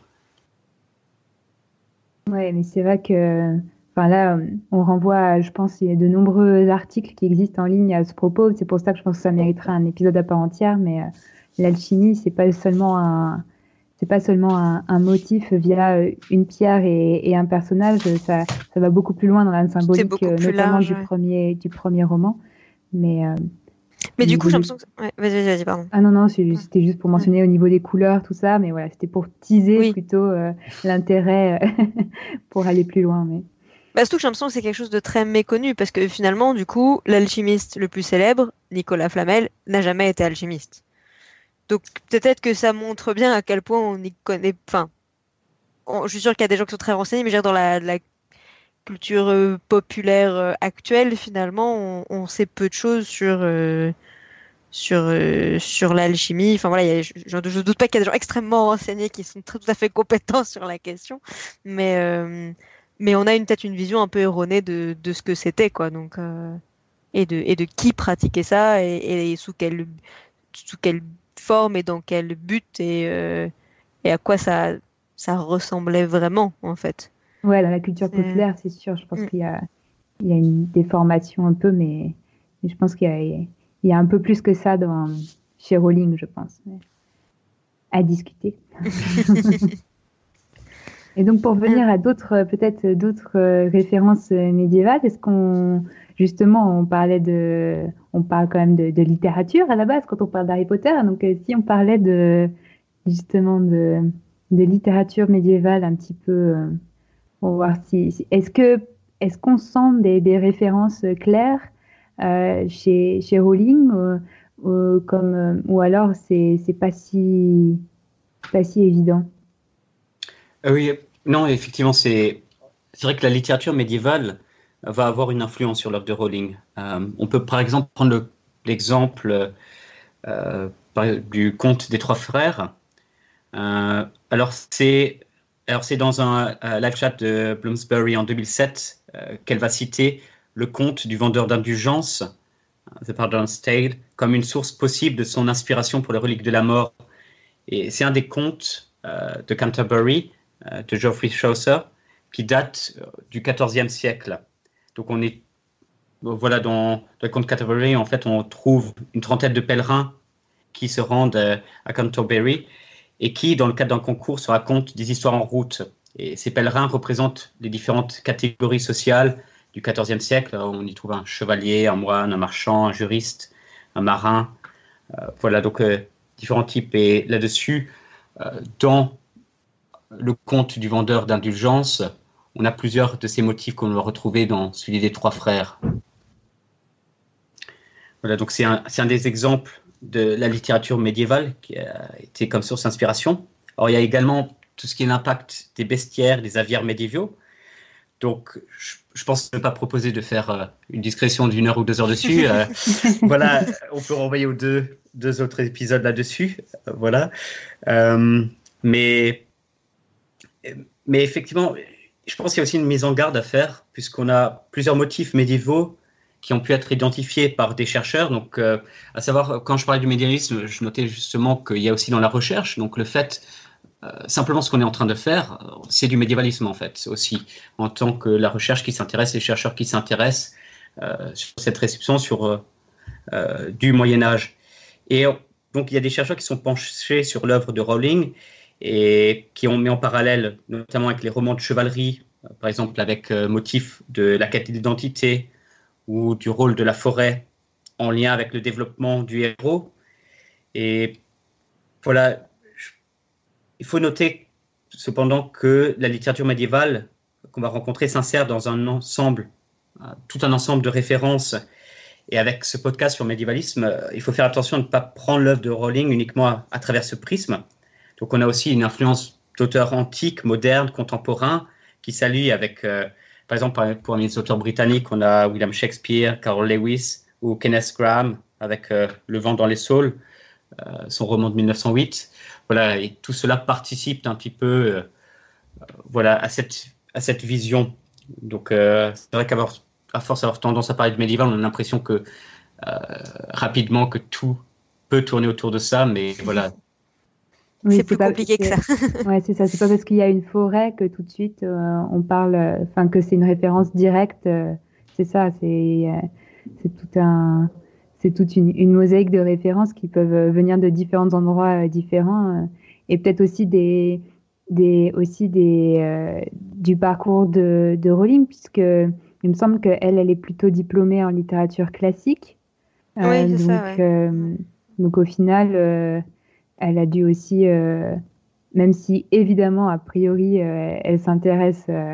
Ouais, mais c'est vrai que, enfin là, euh, on renvoie, à- je pense, il y a de nombreux articles qui existent en ligne à ce propos. C'est pour ça que je pense que ça mériterait un épisode à part entière. Mais euh, l'alchimie, c'est pas seulement un, c'est pas seulement un, un motif via euh, une pierre et, et un personnage. Ça, ça va beaucoup plus loin dans la C'est symbolique, beaucoup euh, plus notamment large, du ouais. premier, du premier roman. Mais euh, Mais au du coup, niveau j'ai des... l'impression que... Ouais, vas-y, vas-y, pardon. Ah non, non, c'est- Ouais. c'était juste pour Ouais. mentionner au niveau des couleurs, tout ça. Mais voilà, c'était pour teaser Oui. plutôt euh, l'intérêt euh, pour aller plus loin. Mais... Bah, surtout que j'ai l'impression que c'est quelque chose de très méconnu, parce que finalement, du coup, l'alchimiste le plus célèbre, Nicolas Flamel, n'a jamais été alchimiste. Donc peut-être que ça montre bien à quel point on y connaît... Enfin, on- je suis sûre qu'il y a des gens qui sont très renseignés, mais je veux dire, dans la, la culture euh, populaire euh, actuelle, finalement, on, on sait peu de choses sur, euh, sur, euh, sur l'alchimie. Enfin voilà, il y a- je ne doute pas qu'il y a des gens extrêmement renseignés qui sont très, tout à fait compétents sur la question, mais, euh, mais on a une, peut-être une vision un peu erronée de, de ce que c'était, quoi. Donc, euh, et, de, et de qui pratiquait ça et, et sous quelle, sous quelle forme et dans quel but et, euh, et à quoi ça, ça ressemblait vraiment, en fait. Ouais, dans la culture C'est- populaire, c'est sûr. Je pense Mm. qu'il y a, il y a une déformation un peu, mais, mais je pense qu'il y a, il y a un peu plus que ça dans, chez Rowling, je pense. Mais à discuter. Et donc, pour venir à d'autres, euh, peut-être d'autres euh, références euh, médiévales, est-ce qu'on, justement, on parlait de, on parle quand même de, de littérature à la base quand on parle d'Harry Potter. Donc, euh, si on parlait de, justement, de, de littérature médiévale un petit peu, euh, pour voir si, si- est-ce que, est-ce qu'on sent des, des références claires euh, chez, chez Rowling, euh, euh, comme, euh, ou alors c'est, c'est pas si, pas si évident. Euh, oui, non, effectivement, c'est c'est vrai que la littérature médiévale va avoir une influence sur l'œuvre de Rowling. Euh, on peut par exemple prendre le- l'exemple euh, par- du conte des trois frères. Euh, alors c'est alors c'est dans un euh, live chat de Bloomsbury en deux mille sept euh, qu'elle va citer le conte du vendeur d'indulgence, The Pardon's Tale, comme une source possible de son inspiration pour les reliques de la mort. Et c'est un des contes euh, de Canterbury, euh, de Geoffrey Chaucer, qui date euh, du quatorzième siècle. Donc on est, voilà, dans, dans le conte de Canterbury, en fait, on trouve une trentaine de pèlerins qui se rendent euh, à Canterbury et qui, dans le cadre d'un concours, se racontent des histoires en route. Et ces pèlerins représentent les différentes catégories sociales du quatorzième siècle. On y trouve un chevalier, un moine, un marchand, un juriste, un marin. Euh, voilà, donc euh, différents types. Et là-dessus, euh, dans le conte du vendeur d'indulgence, on a plusieurs de ces motifs qu'on va retrouver dans celui des trois frères. Voilà, donc c'est un, c'est un des exemples de la littérature médiévale qui a été comme source d'inspiration. Alors il y a également tout ce qui est l'impact des bestiaires, des aviaires médiévaux. Donc je, je pense ne pas proposer de faire euh, une discrétion d'une heure ou deux heures dessus. Euh, voilà, on peut renvoyer aux deux, deux autres épisodes là-dessus. Euh, voilà. Euh, mais, mais effectivement, je pense qu'il y a aussi une mise en garde à faire, puisqu'on a plusieurs motifs médiévaux qui ont pu être identifiés par des chercheurs. Donc, euh, à savoir, quand je parlais du médiévalisme, je notais justement qu'il y a aussi dans la recherche, donc le fait, euh, simplement ce qu'on est en train de faire, c'est du médiévalisme en fait, aussi, en tant que la recherche qui s'intéresse, les chercheurs qui s'intéressent euh, sur cette réception sur, euh, du Moyen-Âge. Et donc, il y a des chercheurs qui sont penchés sur l'œuvre de Rowling et qui ont mis en parallèle, notamment avec les romans de chevalerie, par exemple avec euh, motif de la quête d'identité ou du rôle de la forêt en lien avec le développement du héros. Et voilà, je, il faut noter cependant que la littérature médiévale qu'on va rencontrer s'insère dans un ensemble, tout un ensemble de références. Et avec ce podcast sur le médiévalisme, il faut faire attention à ne pas prendre l'œuvre de Rowling uniquement à, à travers ce prisme. Donc on a aussi une influence d'auteurs antiques, modernes, contemporains, qui s'allient avec, euh, par exemple, pour les auteurs britanniques, on a William Shakespeare, Carol Lewis ou Kenneth Graham avec euh, Le vent dans les saules, euh, son roman de mille neuf cent huit. Voilà, et tout cela participe un petit peu euh, voilà, à, cette, à cette vision. Donc euh, c'est vrai qu'avoir à force d'avoir tendance à parler de médiéval, on a l'impression que euh, rapidement que tout peut tourner autour de ça, mais voilà. Oui, c'est plus pas, compliqué que ça. Ouais, c'est ça. C'est pas parce qu'il y a une forêt que tout de suite euh, on parle, enfin que c'est une référence directe. Euh, c'est ça. C'est euh, c'est tout un, c'est toute une, une mosaïque de références qui peuvent venir de différents endroits euh, différents euh, et peut-être aussi des, des aussi des euh, du parcours de, de Rowling puisque il me semble qu'elle elle est plutôt diplômée en littérature classique. Euh, Oui, c'est donc ça, ouais. euh, donc au final. Euh, Elle a dû aussi, euh, même si évidemment, a priori, euh, elle s'intéresse euh,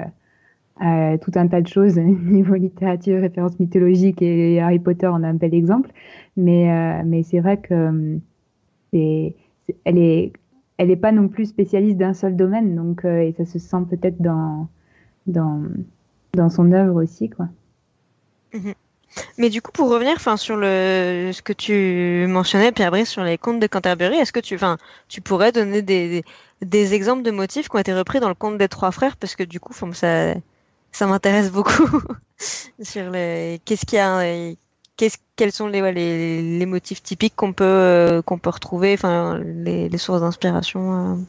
à tout un tas de choses niveau littérature, références mythologiques et Harry Potter en a un bel exemple. Mais, euh, mais c'est vrai que euh, c'est, c'est- elle est, elle est pas non plus spécialiste d'un seul domaine, donc euh, et ça se sent peut-être dans, dans, dans son œuvre aussi, quoi. Mhm. Mais du coup, pour revenir, enfin, sur le ce que tu mentionnais, Pierre-Brice, sur les contes de Canterbury, est-ce que tu, enfin, tu pourrais donner des, des, des exemples de motifs qui ont été repris dans le conte des trois frères, parce que du coup, enfin, ça, ça m'intéresse beaucoup sur les, qu'est-ce qu'il y a, qu'est-ce, quels sont les, ouais, les, les motifs typiques qu'on peut, euh, qu'on peut retrouver, enfin, les, les sources d'inspiration. Euh.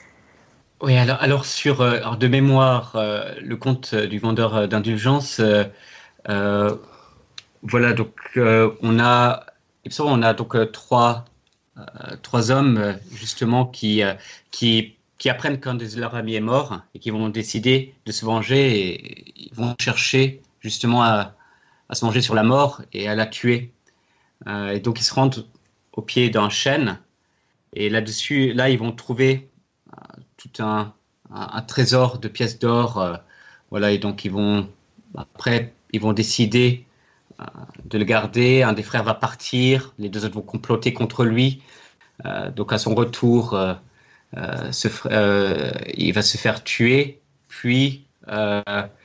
Oui, alors, alors sur euh, alors de mémoire, euh, le conte du vendeur euh, d'indulgence. Euh, euh, Voilà, donc euh, on a, on a donc euh, trois, euh, trois hommes euh, justement qui, euh, qui, qui apprennent qu'un de leurs amis est mort et qui vont décider de se venger et ils vont chercher justement à, à se venger sur la mort et à la tuer. Euh, et donc ils se rendent au pied d'un chêne et là-dessus, là ils vont trouver euh, tout un, un, un trésor de pièces d'or. Euh, voilà, et donc ils vont après ils vont décider de le garder. Un des frères va partir, les deux autres vont comploter contre lui. Euh, donc à son retour, euh, euh, ce, euh, il va se faire tuer. Puis euh,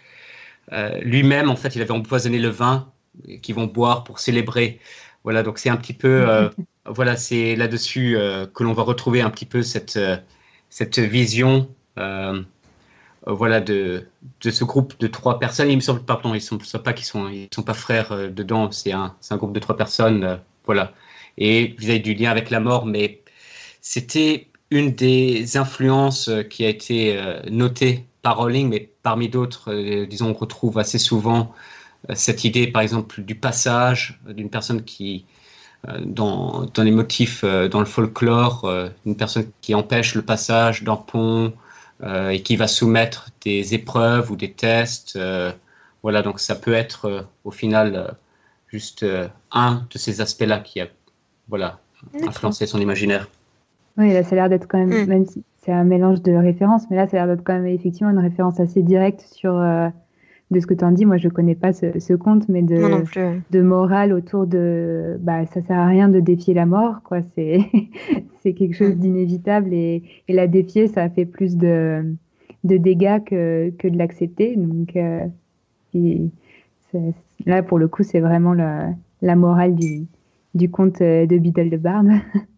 euh, lui-même, en fait, il avait empoisonné le vin qu'ils vont boire pour célébrer. Voilà, donc c'est un petit peu, euh, voilà, c'est là-dessus euh, que l'on va retrouver un petit peu cette euh, cette vision. Euh, Euh, voilà, de, de ce groupe de trois personnes. Il me semble, pardon, ils sont pas qu'ils sont, ils sont pas frères euh, dedans. C'est un, c'est un groupe de trois personnes, euh, voilà. Et vis-à-vis du lien avec la mort, mais c'était une des influences euh, qui a été euh, notée par Rowling, mais parmi d'autres, euh, disons, on retrouve assez souvent euh, cette idée, par exemple, du passage d'une personne qui, euh, dans, dans les motifs, euh, dans le folklore, euh, une personne qui empêche le passage d'un pont. Euh, et qui va soumettre des épreuves ou des tests. Euh, voilà, donc ça peut être euh, au final euh, juste euh, un de ces aspects-là qui a voilà, influencé son imaginaire. Oui, là, ça a l'air d'être quand même, Mm. même si c'est un mélange de références, mais là, ça a l'air d'être quand même effectivement une référence assez directe sur euh, de ce que tu en dis. Moi, je ne connais pas ce, ce conte, mais de, Moi non plus. de morale autour de bah, ça sert à rien de défier la mort, quoi. C'est, c'est quelque chose Mm. d'inévitable et, et la défier, ça fait plus de, de dégâts que, que de l'accepter. Donc, euh, et c'est- là, pour le coup, c'est vraiment la, la morale du, du conte de Biddle de Barn.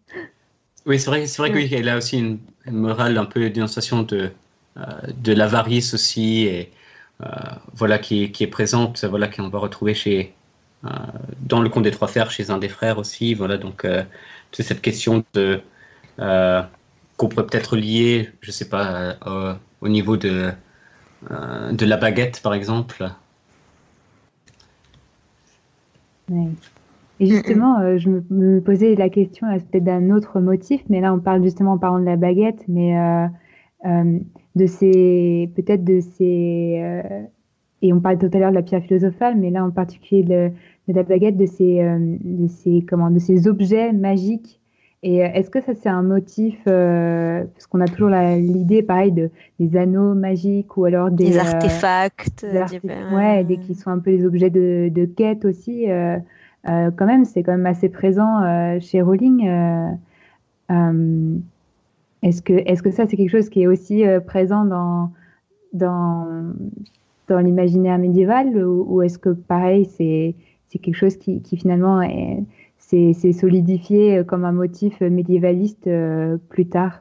Oui, c'est vrai, c'est vrai Mm. qu'il a aussi une, une morale un peu dénonciation de, euh, de l'avarice aussi, et euh, voilà, qui, qui est présente, voilà, qu'on va retrouver chez, euh, dans le conte des trois frères, chez un des frères aussi. Voilà, donc euh, c'est cette question de euh, qu'on pourrait peut-être lier, je sais pas, euh, au niveau de, euh, de la baguette, par exemple. Ouais. Et justement, euh, je me, me posais la question là, peut-être d'un autre motif, mais là on parle justement en parlant de la baguette, mais euh, euh, de ces, peut-être de ces, euh, et on parlait tout à l'heure de la pierre philosophale, mais là en particulier de, de la baguette, de ces, euh, de ces, comment, de ces objets magiques. Et euh, est-ce que ça c'est un motif, euh, parce qu'on a toujours la- l'idée, pareil, de, des anneaux magiques ou alors des, Des euh, artefacts des artefacts, divers. ouais, des qui sont un peu des objets de, de quête aussi. Euh, euh, quand même, c'est quand même assez présent euh, chez Rowling. Euh, euh, est-ce que, est-ce que ça, c'est quelque chose qui est aussi euh, présent dans, dans, dans l'imaginaire médiéval ou, ou est-ce que, pareil, c'est, c'est quelque chose qui, qui finalement est, c'est, c'est solidifié comme un motif médiévaliste euh, plus tard?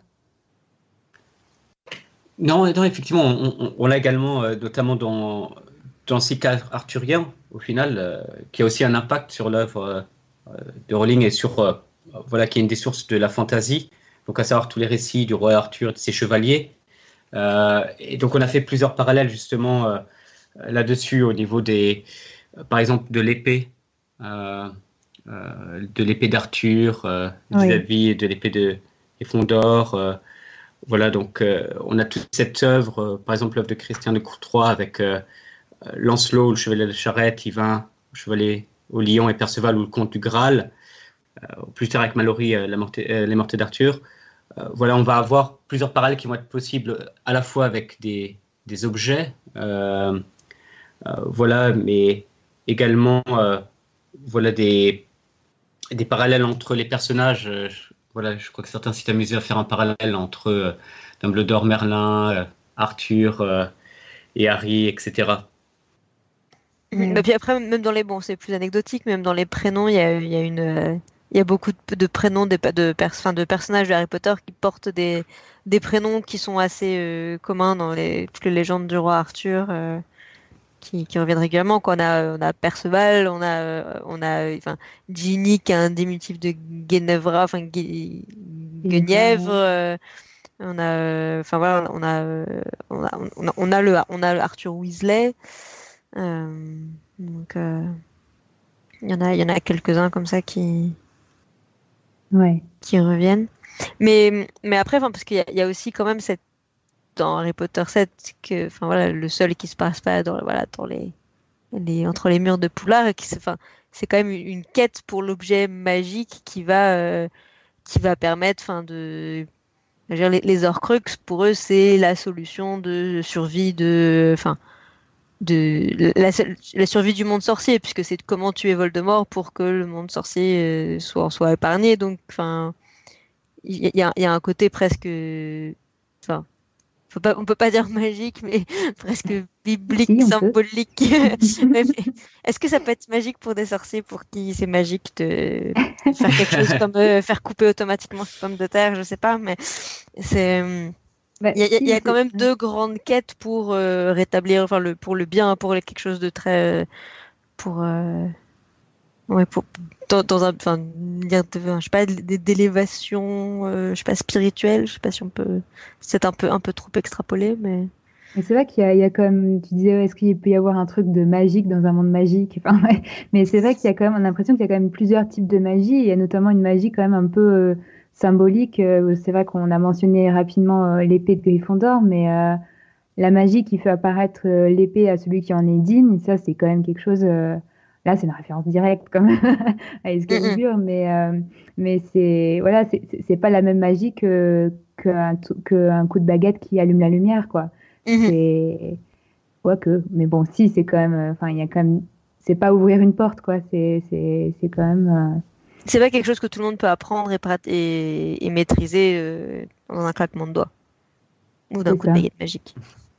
Non, non, effectivement, on, on, on l'a également, euh, notamment dans, dans ces cas arthuriens, au final, euh, qui a aussi un impact sur l'œuvre euh, de Rowling et sur, euh, voilà, qui est une des sources de la fantasy, donc à savoir tous les récits du roi Arthur, de ses chevaliers. Euh, et donc on a fait plusieurs parallèles justement euh, là-dessus au niveau des, euh, par exemple, de l'épée, euh, euh, de l'épée d'Arthur, euh, Oui. vis-à-vis de l'épée de Gryffondor. Euh, voilà, donc euh, on a toute cette œuvre, euh, par exemple l'œuvre de Christian de Courtois avec euh, Lancelot, le chevalier de Charette, Yvain, le chevalier au lion et Perceval ou le comte du Graal, euh, plus tard avec Mallory, euh, la mortée, euh, les mortées d'Arthur. Euh, voilà, on va avoir plusieurs parallèles qui vont être possibles à la fois avec des, des objets, euh, euh, voilà, mais également euh, voilà, des, des parallèles entre les personnages. Euh, je, voilà, je crois que certains s'y amusés à faire un parallèle entre euh, Dumbledore, Merlin, euh, Arthur euh, et Harry, et cetera. Ouais. Et puis après, même dans les bons, c'est plus anecdotique, même dans les prénoms, il y a, il y a une, euh, il y a beaucoup de, de prénoms des, de, pers enfin, de personnages de Harry Potter qui portent des, des prénoms qui sont assez euh, communs dans les, toutes les légendes du roi Arthur, euh, qui, qui reviennent régulièrement. Quoi. On a, on a Perceval, on a, euh, on a, euh, enfin, Ginny qui a un diminutif de Guinevra, enfin, Gu- Guenièvre. euh, on a, euh, enfin voilà, on a, euh, on a, on a, on a le, on a le Arthur Weasley. Euh, donc, euh, il y en a, il y en a quelques-uns comme ça qui, Ouais. qui reviennent. Mais, mais après, enfin, parce qu'il y a, il y a aussi quand même cette, dans Harry Potter sept, que, enfin voilà, le seul qui se passe pas dans, voilà, dans les, les, entre les murs de Poudlard, et qui, se- enfin, c'est quand même une, une quête pour l'objet magique qui va, euh, qui va permettre, enfin, de, je veux dire, les, les Horcruxes, pour eux, c'est la solution de survie de, enfin, de la, la survie du monde sorcier, puisque c'est comment tuer Voldemort pour que le monde sorcier euh, soit, soit épargné. Donc, enfin, il y, a- il y a un côté presque, enfin, faut pas, on peut pas dire magique, mais presque biblique, Si, on peut. symbolique. Mais- mais est-ce que ça peut être magique pour des sorciers pour qui c'est magique de faire quelque chose comme euh, faire couper automatiquement ses pommes de terre, je sais pas, mais c'est Bah, il y a, il y a- il y si, a quand c'est- même deux grandes quêtes pour euh, rétablir, enfin le pour le bien, pour quelque chose de très euh, pour euh, ouais pour dans, dans un enfin dire de- je sais pas d- d'élévation, euh, je sais pas spirituelle, je sais pas si on peut, c'est un peu un peu trop extrapolé, mais Mais c'est vrai qu'il y a, il y a quand même, tu disais, ouais, est-ce qu'il peut y avoir un truc de magique dans un monde magique? Enfin, ouais. Mais c'est vrai qu'il y a quand même, on a l'impression qu'il y a quand même plusieurs types de magie. Il y a notamment une magie quand même un peu euh, symbolique. Euh, c'est vrai qu'on a mentionné rapidement euh, l'épée de Gryffondor, mais euh, la magie qui fait apparaître euh, l'épée à celui qui en est digne, ça c'est quand même quelque chose. Euh, là, c'est une référence directe comme à Mm, mm. Excalibur, mais euh, mais c'est voilà, c'est c'est- c'est pas la même magie que qu'un tou- qu'un coup de baguette qui allume la lumière, quoi. Mhm. C'est ouais que, mais bon, si c'est quand même, euh, enfin il y a quand même, c'est pas ouvrir une porte, quoi. C'est c'est c'est quand même. euh, C'est pas quelque chose que tout le monde peut apprendre et, prat- et, et maîtriser euh, dans un claquement de doigts ou d'un C'est coup de ça. baguette magique.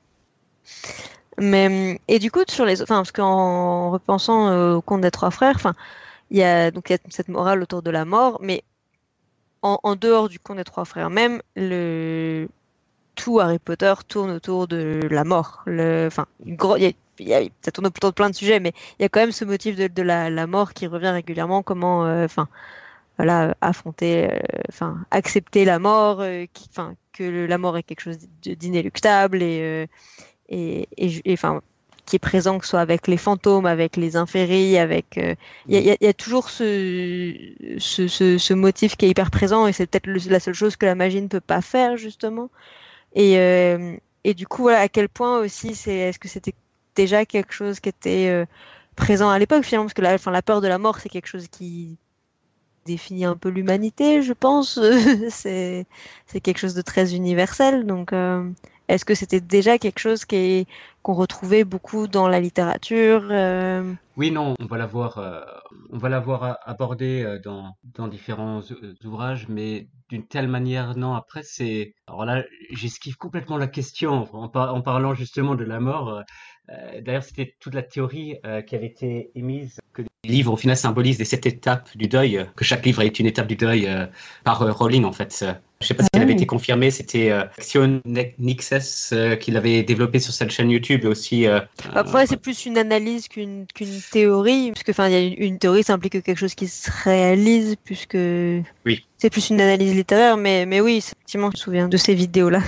Mais hum, et du coup sur les, enfin parce qu'en repensant euh, au conte des trois frères, enfin il y a donc il y a cette morale autour de la mort, mais en, en dehors du conte des trois frères même, le tout Harry Potter tourne autour de la mort. Le, enfin, une gro- il y a- il y a- ça tourne autour de plein de sujets, mais il y a quand même ce motif de, de la, la mort qui revient régulièrement. Comment, euh, enfin, voilà, affronter, euh, enfin, accepter la mort, euh, qui, enfin, que le- la mort est quelque chose de- d'inéluctable et, euh, et, et, ju- et, enfin, qui est présent, que ce soit avec les fantômes, avec les inféries, avec, euh, il y a, il y a- il y a toujours ce, ce, ce, ce motif qui est hyper présent et c'est peut-être le- la seule chose que la magie ne peut pas faire justement. Et, euh, et du coup, voilà, à quel point aussi, c'est, est-ce que c'était déjà quelque chose qui était euh, présent à l'époque finalement, parce que la, enfin, la peur de la mort, c'est quelque chose qui définit un peu l'humanité, je pense. c'est, c'est quelque chose de très universel. Donc, euh, est-ce que c'était déjà quelque chose qui est, qu'on retrouvait beaucoup dans la littérature euh, Oui, non, on va l'avoir, euh, on va l'avoir a- abordé euh, dans, dans différents ou- ouvrages, mais d'une telle manière, non. Après, c'est, alors là, j'esquive complètement la question en, par- en parlant justement de la mort. euh, euh, D'ailleurs, c'était toute la théorie euh, qui avait été émise que les livres, au final, symbolisent les sept étapes du deuil, euh, que chaque livre est une étape du deuil euh, par euh, Rowling, en fait. Euh, Je sais pas si Ah elle avait ouais. été confirmée, c'était euh, Action Ne- Nixes euh, qui l'avait développé sur cette chaîne YouTube et aussi. Euh, Bah, euh, après, c'est plus une analyse qu'une qu'une théorie, puisque enfin, il y a une, une théorie, ça implique quelque chose qui se réalise, puisque oui. c'est plus une analyse littéraire, mais, mais oui, effectivement, je me souviens de ces vidéos-là.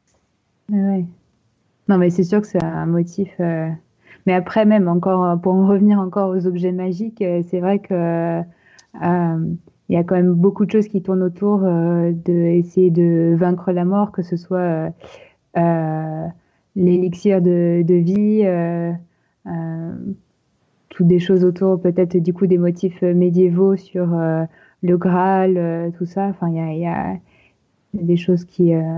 Ah ouais. Non, mais c'est sûr que c'est un motif. euh, Mais après, même encore, euh, pour en revenir encore aux objets magiques, euh, c'est vrai que euh, il y a quand même beaucoup de choses qui tournent autour euh, de essayer de vaincre la mort, que ce soit euh, euh, l'élixir de, de vie, euh, euh, toutes des choses autour, peut-être du coup des motifs euh, médiévaux sur euh, le Graal, euh, tout ça. Enfin, il y a, il y a des choses qui, euh,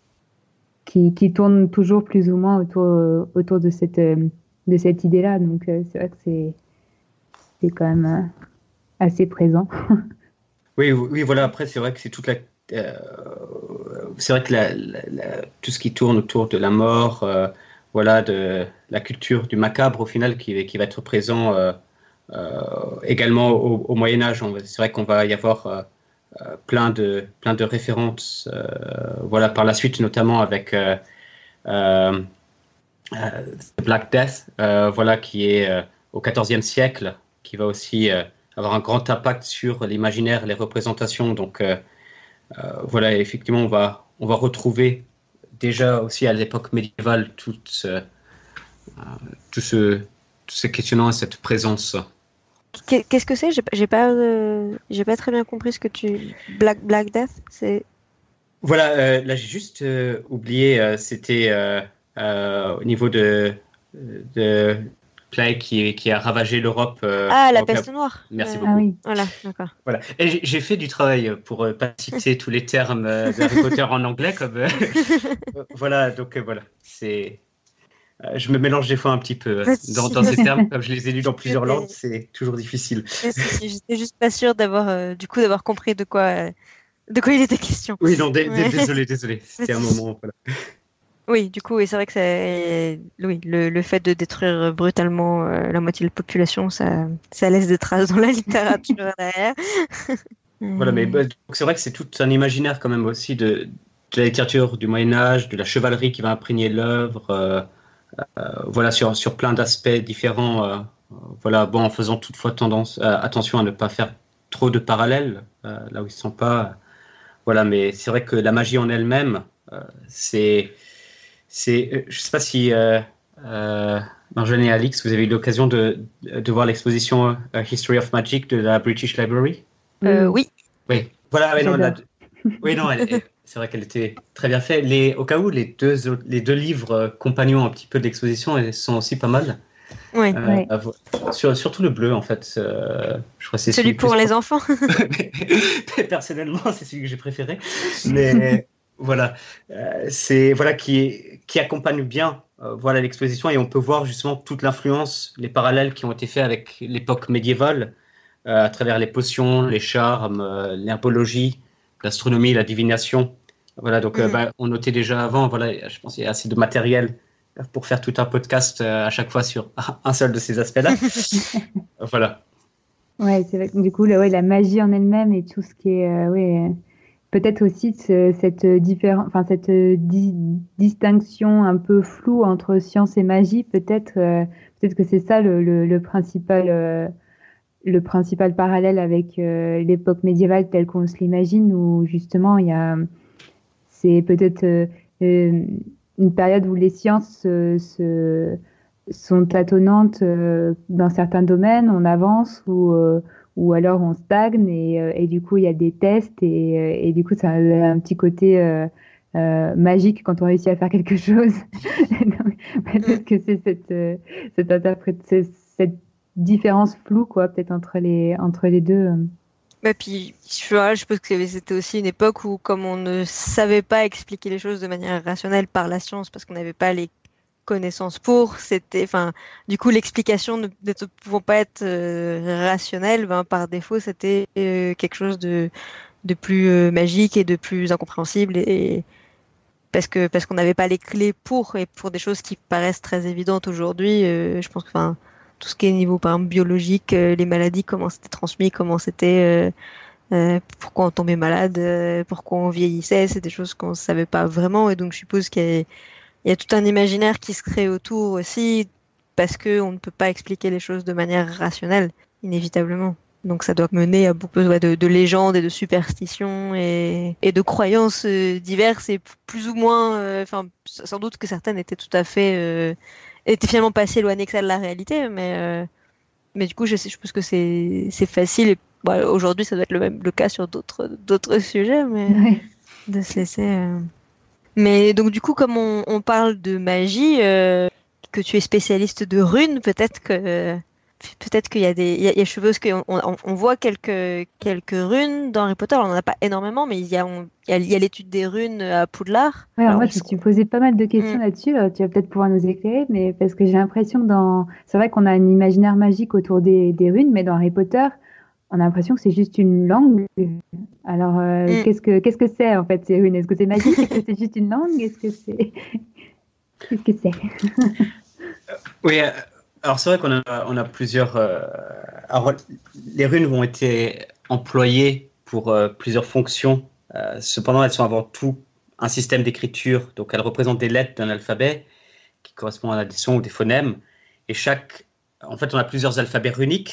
qui, qui tournent toujours plus ou moins autour, autour de cette, euh, de cette idée-là. Donc, euh, c'est vrai que c'est, c'est quand même euh, assez présent. Oui, oui, voilà. Après, c'est vrai que c'est toute la, euh, c'est vrai que la, la- la- tout ce qui tourne autour de la mort, euh, voilà, de la culture du macabre au final qui, qui va être présent euh, euh, également au, au Moyen-Âge. C'est vrai qu'on va y avoir euh, euh, plein, de, plein de références euh, voilà, par la suite, notamment avec euh, euh, euh, Black Death, euh, voilà, qui est euh, au quatorzième siècle, qui va aussi euh, avoir un grand impact sur l'imaginaire, les représentations. Donc euh, euh, voilà, effectivement, on va, on va retrouver déjà aussi à l'époque médiévale tout, euh, tout, ce, tout ce questionnement et cette présence. Qu'est-ce que c'est? J'ai pas, j'ai pas, euh, j'ai pas très bien compris ce que tu... Black, Black Death, c'est... Voilà, euh, là j'ai juste euh, oublié, euh, c'était euh, euh, au niveau de, de plague qui, qui a ravagé l'Europe. Euh, ah, la européenne. peste noire. Merci euh, beaucoup. Ah oui. Voilà, d'accord. Voilà. Et j'ai, j'ai fait du travail pour euh, pas citer tous les termes euh, d'Harry Potter en anglais. Comme, euh, voilà, donc euh, voilà, c'est... Euh, je me mélange des fois un petit peu euh, dans, dans ces termes, comme je les ai lus dans plusieurs langues, c'est toujours difficile. J'étais juste pas sûre d'avoir, euh, du coup, d'avoir compris de quoi, euh, de quoi il était question. Oui, non, d- Mais... désolé, désolé. C'était un moment. Voilà. Oui, du coup, oui, c'est vrai que c'est, oui, le, le fait de détruire brutalement euh, la moitié de la population, ça, ça laisse des traces dans la littérature derrière. Voilà, mais bah, donc, c'est vrai que c'est tout un imaginaire quand même aussi de, de la littérature du Moyen-Âge, de la chevalerie qui va imprégner l'œuvre. Euh, Euh, voilà, sur, sur plein d'aspects différents. Euh, voilà, bon, en faisant toutefois tendance, euh, attention à ne pas faire trop de parallèles, euh, là où ils ne sont pas. Voilà, mais c'est vrai que la magie en elle-même, euh, c'est. c'est euh, je ne sais pas si, euh, euh, Marjolaine et Alix, vous avez eu l'occasion de, de voir l'exposition uh, History of Magic de la British Library. Euh, oui. Oui, voilà, ouais, non, la, oui, non, elle, elle, c'est vrai qu'elle était très bien faite. Les, au cas où, les deux, les deux livres euh, compagnons un petit peu de l'exposition elles sont aussi pas mal. Oui. Euh, Ouais. sur, surtout le bleu, en fait. Euh, je crois que c'est celui, celui pour les pour... enfants. Personnellement, c'est celui que j'ai préféré. Mais voilà, euh, c'est voilà qui, qui accompagne bien euh, voilà l'exposition et on peut voir justement toute l'influence, les parallèles qui ont été faits avec l'époque médiévale euh, à travers les potions, les charmes, euh, l'herbologie, l'astronomie, la divination. Voilà, donc mm-hmm. euh, bah, on notait déjà avant. Voilà, je pense qu'il y a assez de matériel pour faire tout un podcast euh, à chaque fois sur un seul de ces aspects-là. Voilà. Ouais, c'est vrai. Du coup, la, ouais, la magie en elle-même et tout ce qui est, euh, ouais, peut-être aussi ce, cette différence, enfin cette di- distinction un peu floue entre science et magie. Peut-être, euh, peut-être que c'est ça le, le, le principal, euh, le principal parallèle avec euh, l'époque médiévale telle qu'on se l'imagine, où justement il y a, c'est peut-être euh, une période où les sciences euh, se sont tâtonnantes euh, dans certains domaines, on avance ou euh, ou alors on stagne et, euh, et du coup il y a des tests et, euh, et du coup ça a un petit côté euh, euh, magique quand on réussit à faire quelque chose. Donc, peut-être que c'est cette euh, cette, interprète, cette différence floue quoi peut-être entre les entre les deux. Bah puis je, vois, je pense que c'était aussi une époque où comme on ne savait pas expliquer les choses de manière rationnelle par la science parce qu'on n'avait pas les connaissances pour, c'était, enfin, du coup, l'explication ne, ne pouvant pas être euh, rationnelle, ben, par défaut, c'était euh, quelque chose de, de plus euh, magique et de plus incompréhensible, et, et parce que parce qu'on n'avait pas les clés pour, et pour des choses qui paraissent très évidentes aujourd'hui, euh, je pense que, enfin, tout ce qui est niveau, par exemple, biologique, euh, les maladies, comment c'était transmis, comment c'était, euh, euh, pourquoi on tombait malade, euh, pourquoi on vieillissait, c'est des choses qu'on ne savait pas vraiment, et donc je suppose qu'il y a Il y a tout un imaginaire qui se crée autour aussi parce qu'on ne peut pas expliquer les choses de manière rationnelle, inévitablement. Donc ça doit mener à beaucoup de, de légendes et de superstitions et, et de croyances euh, diverses et plus ou moins, enfin euh, sans doute que certaines étaient tout à fait, euh, étaient finalement pas si éloignées que ça de la réalité, mais euh, mais du coup je sais, je pense que c'est c'est facile. Et, bah, aujourd'hui ça doit être le même le cas sur d'autres d'autres sujets, mais Ouais. de se laisser. Euh... Mais donc du coup, comme on, on parle de magie, euh, que tu es spécialiste de runes, peut-être que euh, peut-être qu'il y a des, il y a, il y a, je suppose qu'on on, on voit quelques quelques runes dans Harry Potter. Alors, on n'en a pas énormément, mais il y a on, il y a, il y a l'étude des runes à Poudlard. Ouais, alors alors, moi, je me suis posé pas mal de questions mmh. là-dessus. Alors, tu vas peut-être pouvoir nous éclairer, mais parce que j'ai l'impression que dans, c'est vrai qu'on a un imaginaire magique autour des, des runes, mais dans Harry Potter, on a l'impression que c'est juste une langue. Alors, euh, mmh. qu'est-ce que qu'est-ce que c'est en fait ces runes? Est-ce que c'est magique? Est-ce que c'est juste une langue? Est-ce que c'est Qu'est-ce que c'est? Oui, euh, alors c'est vrai qu'on a, on a plusieurs... euh, alors, les runes ont été employées pour euh, plusieurs fonctions. Euh, cependant, elles sont avant tout un système d'écriture. Donc, elles représentent des lettres d'un alphabet qui correspondent à des sons ou des phonèmes. Et chaque... En fait, on a plusieurs alphabets runiques.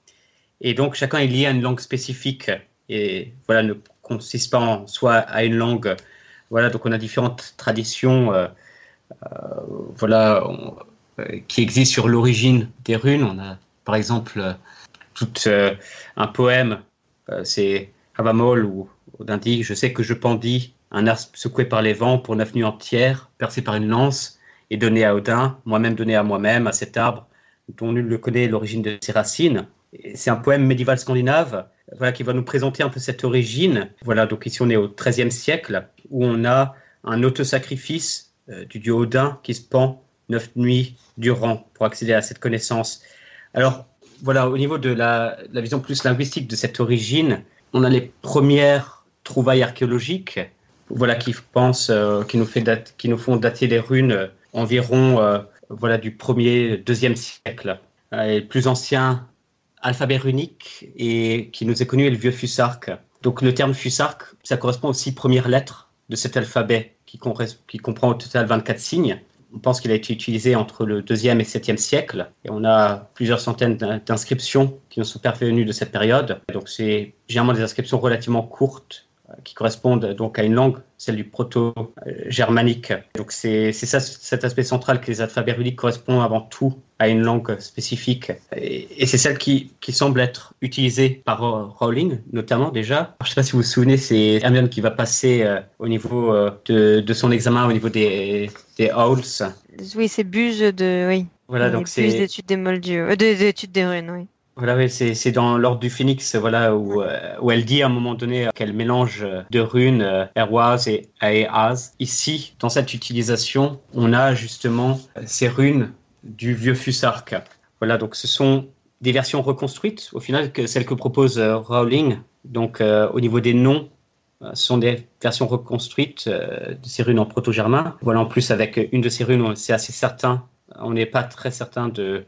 Et donc, chacun est lié à une langue spécifique. Et voilà, ne consiste pas en soit à une langue. Voilà, donc on a différentes traditions euh, euh, voilà, on, euh, qui existent sur l'origine des runes. On a, par exemple, euh, tout euh, un poème, euh, c'est Havamol ou d'Indique. Je sais que je pendis un arc secoué par les vents pour neuf nuits entières, percé par une lance et donné à Odin, moi-même donné à moi-même, à cet arbre dont nul ne connaît l'origine de ses racines. Et c'est un poème médiéval scandinave voilà, qui va nous présenter un peu cette origine. Voilà, donc ici on est au treizième siècle où on a un autosacrifice euh, du dieu Odin qui se pend neuf nuits durant pour accéder à cette connaissance. Alors voilà, au niveau de la, la vision plus linguistique de cette origine, on a les premières trouvailles archéologiques voilà, qui, pensent, euh, qui, nous fait date, qui nous font dater les runes euh, environ euh, voilà, du premier, deuxième siècle. Euh, et le plus ancien alphabet runique et qui nous est connu est le vieux fusarque. Donc le terme fusarque, ça correspond aux six premières lettres de cet alphabet qui, qui comprend au total vingt-quatre signes. On pense qu'il a été utilisé entre le deuxième et septième siècle et on a plusieurs centaines d'inscriptions qui nous sont parvenues de cette période. Donc c'est généralement des inscriptions relativement courtes qui correspondent donc à une langue, celle du proto-germanique. Donc c'est ça, cet aspect central que les alphabets runiques correspondent avant tout à une langue spécifique. Et, et c'est celle qui, qui semble être utilisée par Rowling, notamment déjà. Alors, je ne sais pas si vous vous souvenez, c'est Hermione qui va passer euh, au niveau euh, de, de son examen, au niveau des, des Owls. Oui, c'est Buse de... Oui. Voilà, donc c'est... Buse d'études des moldus, euh, d'études des runes, oui. Voilà, oui, c'est dans l'ordre du Phénix, voilà, où, euh, où elle dit à un moment donné qu'elle mélange de runes euh, Erwaz et Aeaz. Ici, dans cette utilisation, on a justement ces runes du vieux fusarque. Voilà, donc ce sont des versions reconstruites, au final, que celles que propose euh, Rowling. Donc, euh, au niveau des noms, euh, ce sont des versions reconstruites euh, de ces runes en proto-germain. Voilà, en plus, avec une de ces runes, c'est assez certain, on n'est pas très certain de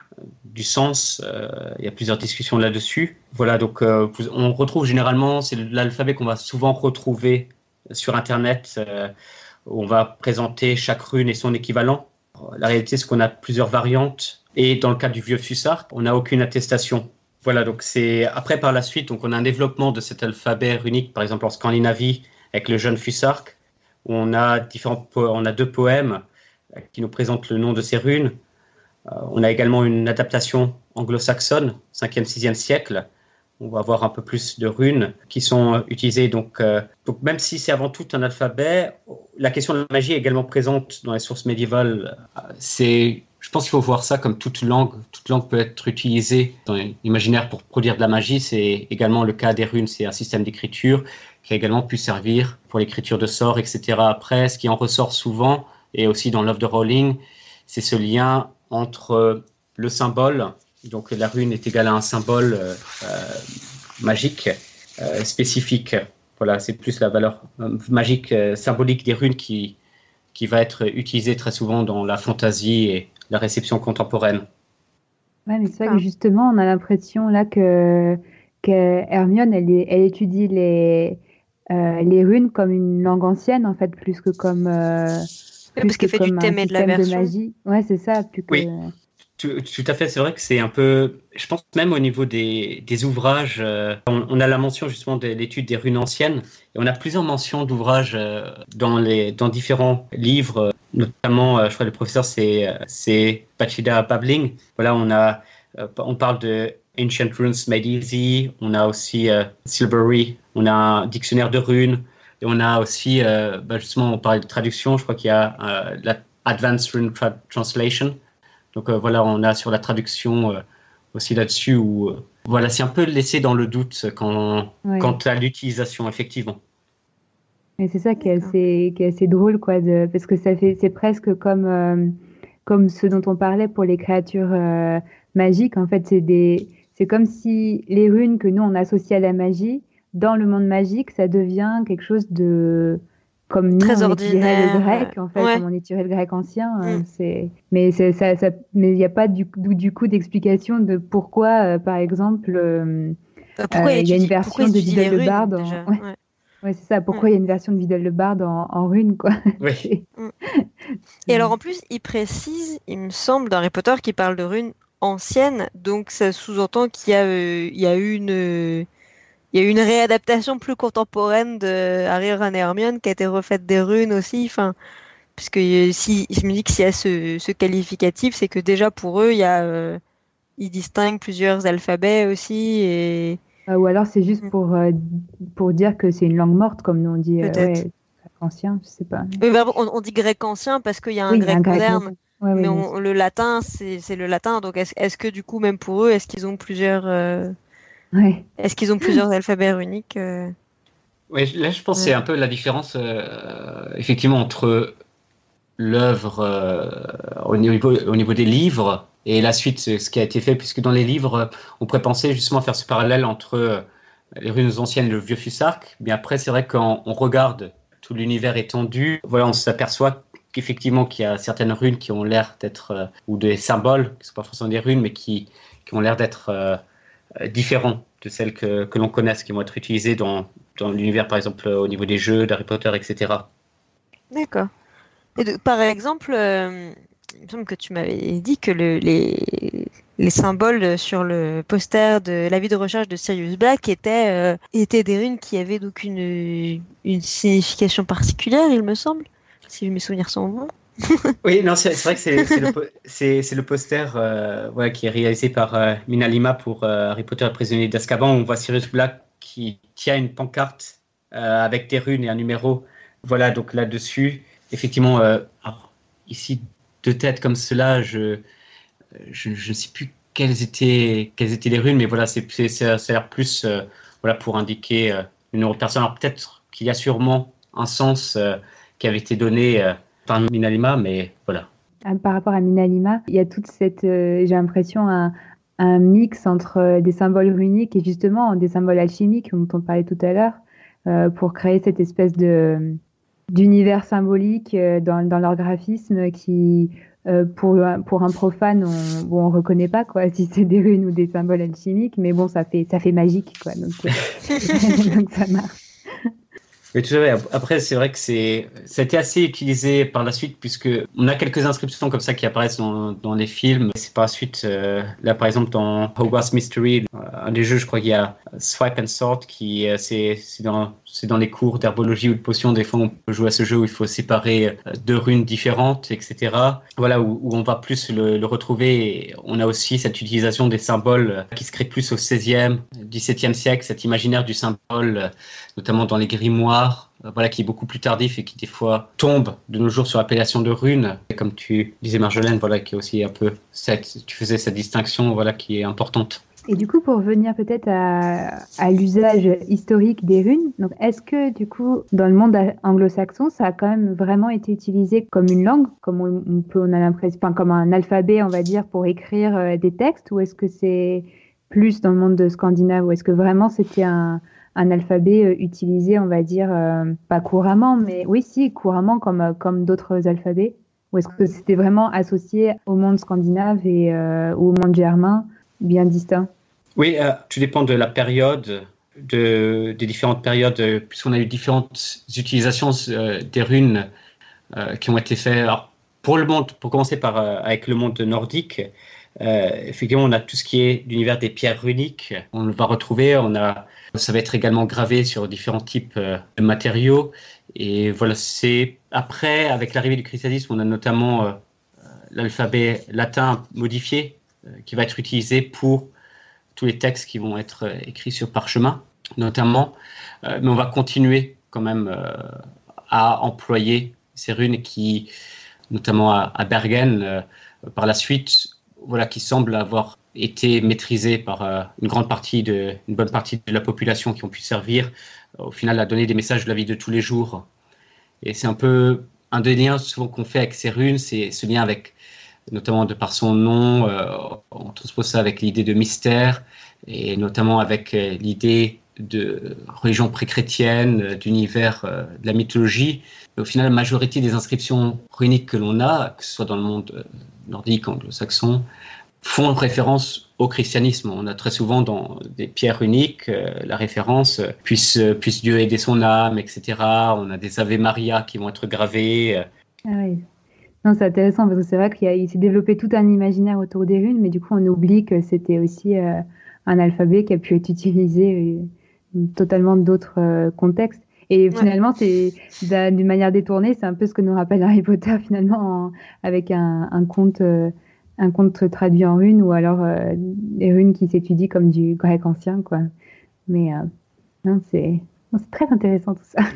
du sens, euh, il y a plusieurs discussions là-dessus. Voilà, donc euh, on retrouve généralement, c'est l'alphabet qu'on va souvent retrouver sur Internet, euh, où on va présenter chaque rune et son équivalent. La réalité, c'est qu'on a plusieurs variantes, et dans le cas du vieux fusarque, on n'a aucune attestation. Voilà, donc c'est après par la suite, donc on a un développement de cet alphabet runique, par exemple en Scandinavie, avec le jeune fusarque, où on a différents, on a deux poèmes qui nous présentent le nom de ces runes. Euh, on a également une adaptation anglo-saxonne, cinquième, sixième siècle. On va avoir un peu plus de runes qui sont euh, utilisées. Donc, euh, donc, même si c'est avant tout un alphabet, la question de la magie est également présente dans les sources médiévales. C'est, je pense qu'il faut voir ça comme toute langue. Toute langue peut être utilisée dans l'imaginaire pour produire de la magie. C'est également le cas des runes. C'est un système d'écriture qui a également pu servir pour l'écriture de sorts, et cetera. Après, ce qui en ressort souvent, et aussi dans l'œuvre de Rowling, c'est ce lien entre le symbole, donc la rune est égale à un symbole euh, magique euh, spécifique. Voilà, c'est plus la valeur euh, magique euh, symbolique des runes qui, qui va être utilisée très souvent dans la fantaisie et la réception contemporaine. Ouais, mais c'est vrai que justement, on a l'impression là que, que Hermione, elle, elle étudie les, euh, les runes comme une langue ancienne, en fait, plus que comme... Euh... Oui, parce qu'elle fait du thème et de la version. De magie. Ouais, c'est ça. Plus que... Oui, tout, tout à fait. C'est vrai que c'est un peu. Je pense même au niveau des, des ouvrages, euh, on, on a la mention justement de l'étude des runes anciennes, et on a plusieurs mentions d'ouvrages euh, dans les dans différents livres, euh, notamment, euh, je crois que le professeur c'est c'est Bachida Babling. Voilà, on a euh, on parle de Ancient Runes Made Easy. On a aussi euh, Silbury. On a un dictionnaire de runes. Et on a aussi, euh, bah justement, on parlait de traduction, je crois qu'il y a euh, la Advanced Rune Tra- Translation. Donc euh, voilà, on a sur la traduction euh, aussi là-dessus, où euh, voilà, c'est un peu laissé dans le doute quand, ouais. quant à l'utilisation, effectivement. Et c'est ça qui est assez, qui est assez drôle, quoi, de, parce que ça fait, c'est presque comme, euh, comme ce dont on parlait pour les créatures euh, magiques. En fait, c'est, des, c'est comme si les runes que nous, on associe à la magie, dans le monde magique, ça devient quelque chose de comme nous, Très on étudierait ordinaire, le grec, en fait, ouais. comme on étudierait le grec ancien. euh, Mm. c'est... Mais c'est- ça, ça... mais il n'y a pas du, du du coup d'explication de pourquoi, euh, par exemple, euh, Euh, Pourquoi il euh, il y a une étudie, pourquoi version il de étudie les Vidal de runes Barde en... déjà? Ouais, Ouais. ouais, c'est ça. Mm. Pourquoi il y a une version de Vidal de Barde en, en runes, quoi. Oui. C'est- Mm. Et alors en plus, il précise, il me semble, dans Harry Potter qui parle de runes anciennes, donc ça sous-entend qu'il y a, euh, il y a eu une, euh, il y a eu une réadaptation plus contemporaine de Harry, Ron et Hermione qui a été refaite des runes aussi. Enfin, puisque euh, si je me dis que s'il y a ce, ce qualificatif, c'est que déjà pour eux, il y a, euh, ils distinguent plusieurs alphabets aussi et Euh, ou alors c'est juste Mm. pour, euh, pour dire que c'est une langue morte, comme nous on dit, euh, peut-être. ouais, ancien, je sais pas. Oui, bah, on, on dit grec ancien parce qu'il y a un Oui, il y a un grec grec moderne, moderne. Ouais, ouais, mais bien sûr. on- le latin, c'est c'est le latin. Donc est-ce, est-ce que du coup, même pour eux, est-ce qu'ils ont plusieurs, euh, Ouais. est-ce qu'ils ont plusieurs alphabets runiques euh, Ouais, là, je pense que c'est ouais. un peu la différence, euh, effectivement, entre l'œuvre euh, au niveau, au niveau des livres et la suite, ce ce qui a été fait, puisque dans les livres, on pourrait penser justement faire ce parallèle entre euh, les runes anciennes et le vieux Fusark. Mais après, c'est vrai que quand on regarde tout l'univers étendu, voilà, on s'aperçoit qu'effectivement, qu'il y a certaines runes qui ont l'air d'être, euh, ou des symboles, qui ne sont pas forcément des runes, mais qui, qui ont l'air d'être euh, euh, différents de celles que, que l'on connaisse, qui vont être utilisées dans, dans l'univers, par exemple, au niveau des jeux, d'Harry Potter, et cetera. D'accord. Et de- par exemple, euh, il me semble que tu m'avais dit que le- les, les symboles sur le poster de l'avis de recherche de Sirius Black étaient, euh, étaient des runes qui avaient donc une, une signification particulière, il me semble, si mes souvenirs sont bons. Oui, non, c'est c'est vrai que c'est c'est le, po- c'est- c'est le poster euh, ouais, qui est réalisé par euh, Mina Lima pour euh, Harry Potter et le prisonnier d'Azkaban. On voit Sirius Black qui tient une pancarte euh, avec des runes et un numéro. Voilà, donc là-dessus, effectivement, euh, alors, ici, de tête comme cela, je je je ne sais plus quelles étaient, quelles étaient les runes, mais voilà, c'est c'est- ça ça a l'air plus euh, voilà, pour indiquer euh, une numéro de personne. Alors peut-être qu'il y a sûrement un sens euh, qui avait été donné euh, par Mina Lima, mais voilà. Ah, par rapport à Minalima, il y a toute cette, euh, j'ai l'impression, un, un mix entre euh, des symboles runiques et justement des symboles alchimiques dont on parlait tout à l'heure, euh, pour créer cette espèce de d'univers symbolique euh, dans, dans leur graphisme qui, euh, pour, pour un profane, on bon, on reconnaît pas quoi, si c'est des runes ou des symboles alchimiques, mais bon, ça fait, ça fait magique, quoi. Donc, euh, donc ça marche. Oui, tout à fait. Après, c'est vrai que c'est, ça a été assez utilisé par la suite, puisque on a quelques inscriptions comme ça qui apparaissent dans, dans les films. C'est par la suite, euh, là par exemple dans Hogwarts Mystery, un des jeux, je crois qu'il y a Swipe and Sort, qui euh, c'est, c'est dans, c'est dans les cours d'herbologie ou de potions. Des fois, on peut jouer à ce jeu où il faut séparer euh, deux runes différentes, et cetera. Voilà, où, où on va plus le, le retrouver. Et on a aussi cette utilisation des symboles qui se crée plus au seizième, dix-septième siècle, cet imaginaire du symbole, notamment dans les grimoires, voilà, qui est beaucoup plus tardif et qui des fois tombe de nos jours sur l'appellation de rune. Et comme tu disais Marjolaine, voilà, qui est aussi un peu cette, tu faisais cette distinction, voilà, qui est importante. Et du coup, pour revenir peut-être à, à l'usage historique des runes, donc est-ce que du coup, dans le monde anglo-saxon, ça a quand même vraiment été utilisé comme une langue, comme on, on peut, on a l'impression, enfin, comme un alphabet, on va dire, pour écrire euh, des textes, ou est-ce que c'est plus dans le monde de scandinave, ou est-ce que vraiment c'était un un alphabet euh, utilisé, on va dire, euh, pas couramment, mais oui, si, couramment comme, euh, comme d'autres alphabets? Ou est-ce que c'était vraiment associé au monde scandinave et euh, au monde germain, bien distinct? Oui, euh, tout dépend de la période, de, des différentes périodes, euh, puisqu'on a eu différentes utilisations euh, des runes euh, qui ont été faites. Alors, pour le monde, pour commencer par, euh, avec le monde nordique, euh, effectivement, on a tout ce qui est l'univers des pierres runiques. On le va retrouver, on a ça va être également gravé sur différents types euh, de matériaux. Et voilà, c'est après, avec l'arrivée du christianisme, on a notamment euh, l'alphabet latin modifié euh, qui va être utilisé pour tous les textes qui vont être euh, écrits sur parchemin, notamment. Euh, mais on va continuer quand même euh, à employer ces runes qui, notamment à, à Bergen, euh, par la suite, voilà, qui semblent avoir été maîtrisé par euh, une grande partie de, une bonne partie de la population qui ont pu servir euh, au final à donner des messages de la vie de tous les jours. Et c'est un peu un des liens souvent qu'on fait avec ces runes, c'est ce lien avec, notamment de par son nom, euh, on transpose ça avec l'idée de mystère et notamment avec euh, l'idée de religion pré-chrétienne, d'univers euh, de la mythologie. Et au final, la majorité des inscriptions runiques que l'on a, que ce soit dans le monde euh, nordique, anglo-saxon, font référence au christianisme. On a très souvent dans des pierres runiques euh, la référence euh, puisse, euh, puisse Dieu aider son âme, et cetera. On a des Ave Maria qui vont être gravés. Euh. Ah oui. Non, c'est intéressant parce que c'est vrai qu'il y a, il s'est développé tout un imaginaire autour des runes, mais du coup, on oublie que c'était aussi euh, un alphabet qui a pu être utilisé euh, totalement d'autres euh, contextes. Et Ouais. finalement, c'est d'une manière détournée, c'est un peu ce que nous rappelle Harry Potter finalement, en, avec un, un conte, euh, un conte traduit en runes ou alors euh, des runes qui s'étudient comme du grec ancien, quoi. Mais euh, non, c'est, non, c'est très intéressant tout ça.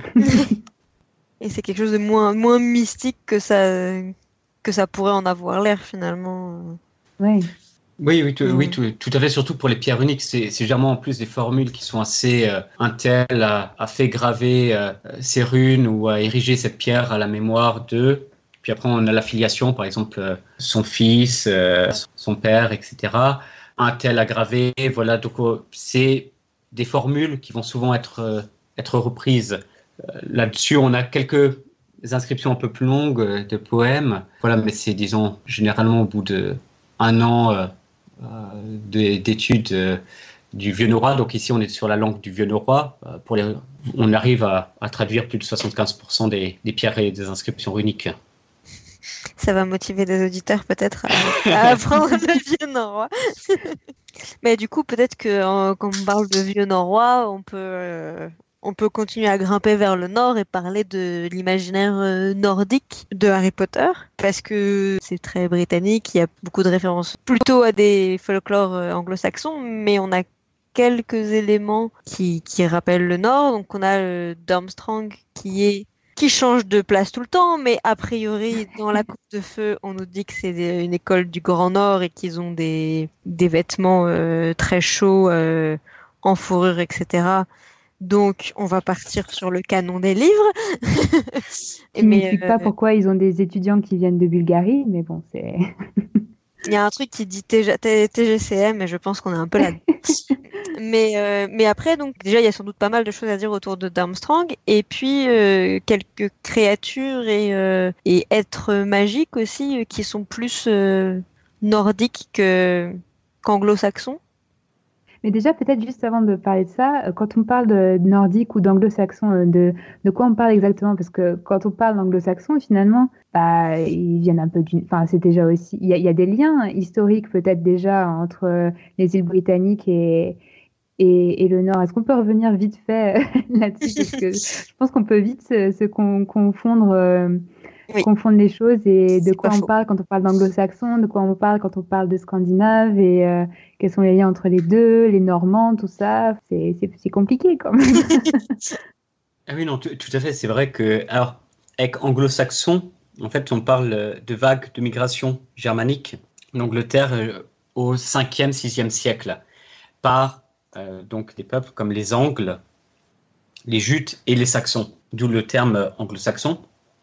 Et c'est quelque chose de moins, moins mystique que ça, que ça pourrait en avoir l'air finalement. Ouais. Oui, oui, tout, Mm. oui tout, tout à fait, surtout pour les pierres runiques. C'est, c'est généralement en plus des formules qui sont assez euh, un tel a, a fait graver euh, ces runes ou a érigé cette pierre à la mémoire de. Puis après, on a l'affiliation, par exemple, euh, son fils, euh, son père, et cetera. Un tel a gravé, voilà. Donc, euh, c'est des formules qui vont souvent être, euh, être reprises. Euh, là-dessus, on a quelques inscriptions un peu plus longues euh, de poèmes. Voilà, mais c'est, disons, généralement au bout d'un an euh, euh, d'études euh, du vieux norrois. Donc ici, on est sur la langue du vieux norrois. Euh, pour les, on arrive à, à traduire plus de soixante-quinze pour cent des, des pierres et des inscriptions runiques. Ça va motiver des auditeurs peut-être à, à apprendre le vieux norrois. Mais du coup, peut-être que euh, quand on parle de vieux norrois, on peut, euh, on peut continuer à grimper vers le nord et parler de l'imaginaire euh, nordique de Harry Potter, parce que c'est très britannique, il y a beaucoup de références plutôt à des folklores euh, anglo-saxons, mais on a quelques éléments qui, qui rappellent le nord. Donc on a euh, Durmstrang qui est qui change de place tout le temps, mais a priori, dans la coupe de feu, on nous dit que c'est des- une école du Grand Nord et qu'ils ont des, des vêtements euh, très chauds, euh, en fourrure, et cetera. Donc, on va partir sur le canon des livres. Et Qui mais n'explique euh, pas pourquoi ils ont des étudiants qui viennent de Bulgarie, mais bon, c'est... il y a un truc qui dit T G T G C M, et je pense qu'on est un peu là. Mais, euh, mais après, donc, déjà, il y a sans doute pas mal de choses à dire autour de Durmstrang. Et puis, euh, quelques créatures et, euh, et êtres magiques aussi euh, qui sont plus euh, nordiques que, qu'anglo-saxons. Mais déjà, peut-être juste avant de parler de ça, euh, quand on parle de nordique ou d'anglo-saxon, euh, de, de quoi on parle exactement? Parce que quand on parle d'anglo-saxon, finalement, bah, ils viennent un peu d'une... Enfin, c'est déjà aussi... Il y a, il y a des liens historiques peut-être déjà entre euh, les îles britanniques et, et, et le Nord. Est-ce qu'on peut revenir vite fait euh, là-dessus? Parce que je pense qu'on peut vite se, se con- confondre, euh, Oui. confondre les choses et de C'est quoi pas on faux. parle quand on parle d'anglo-saxon, de quoi on parle quand on parle de scandinave et euh, quels sont les liens entre les deux, les Normands, tout ça. C'est, c'est, c'est compliqué quand même. Ah oui, non, tout, tout à fait. C'est vrai que, alors, avec anglo-saxon, en fait, on parle de vagues de migration germanique d'Angleterre euh, au cinquième, sixième siècle par euh, donc des peuples comme les Angles, les Jutes et les Saxons, d'où le terme anglo-saxon.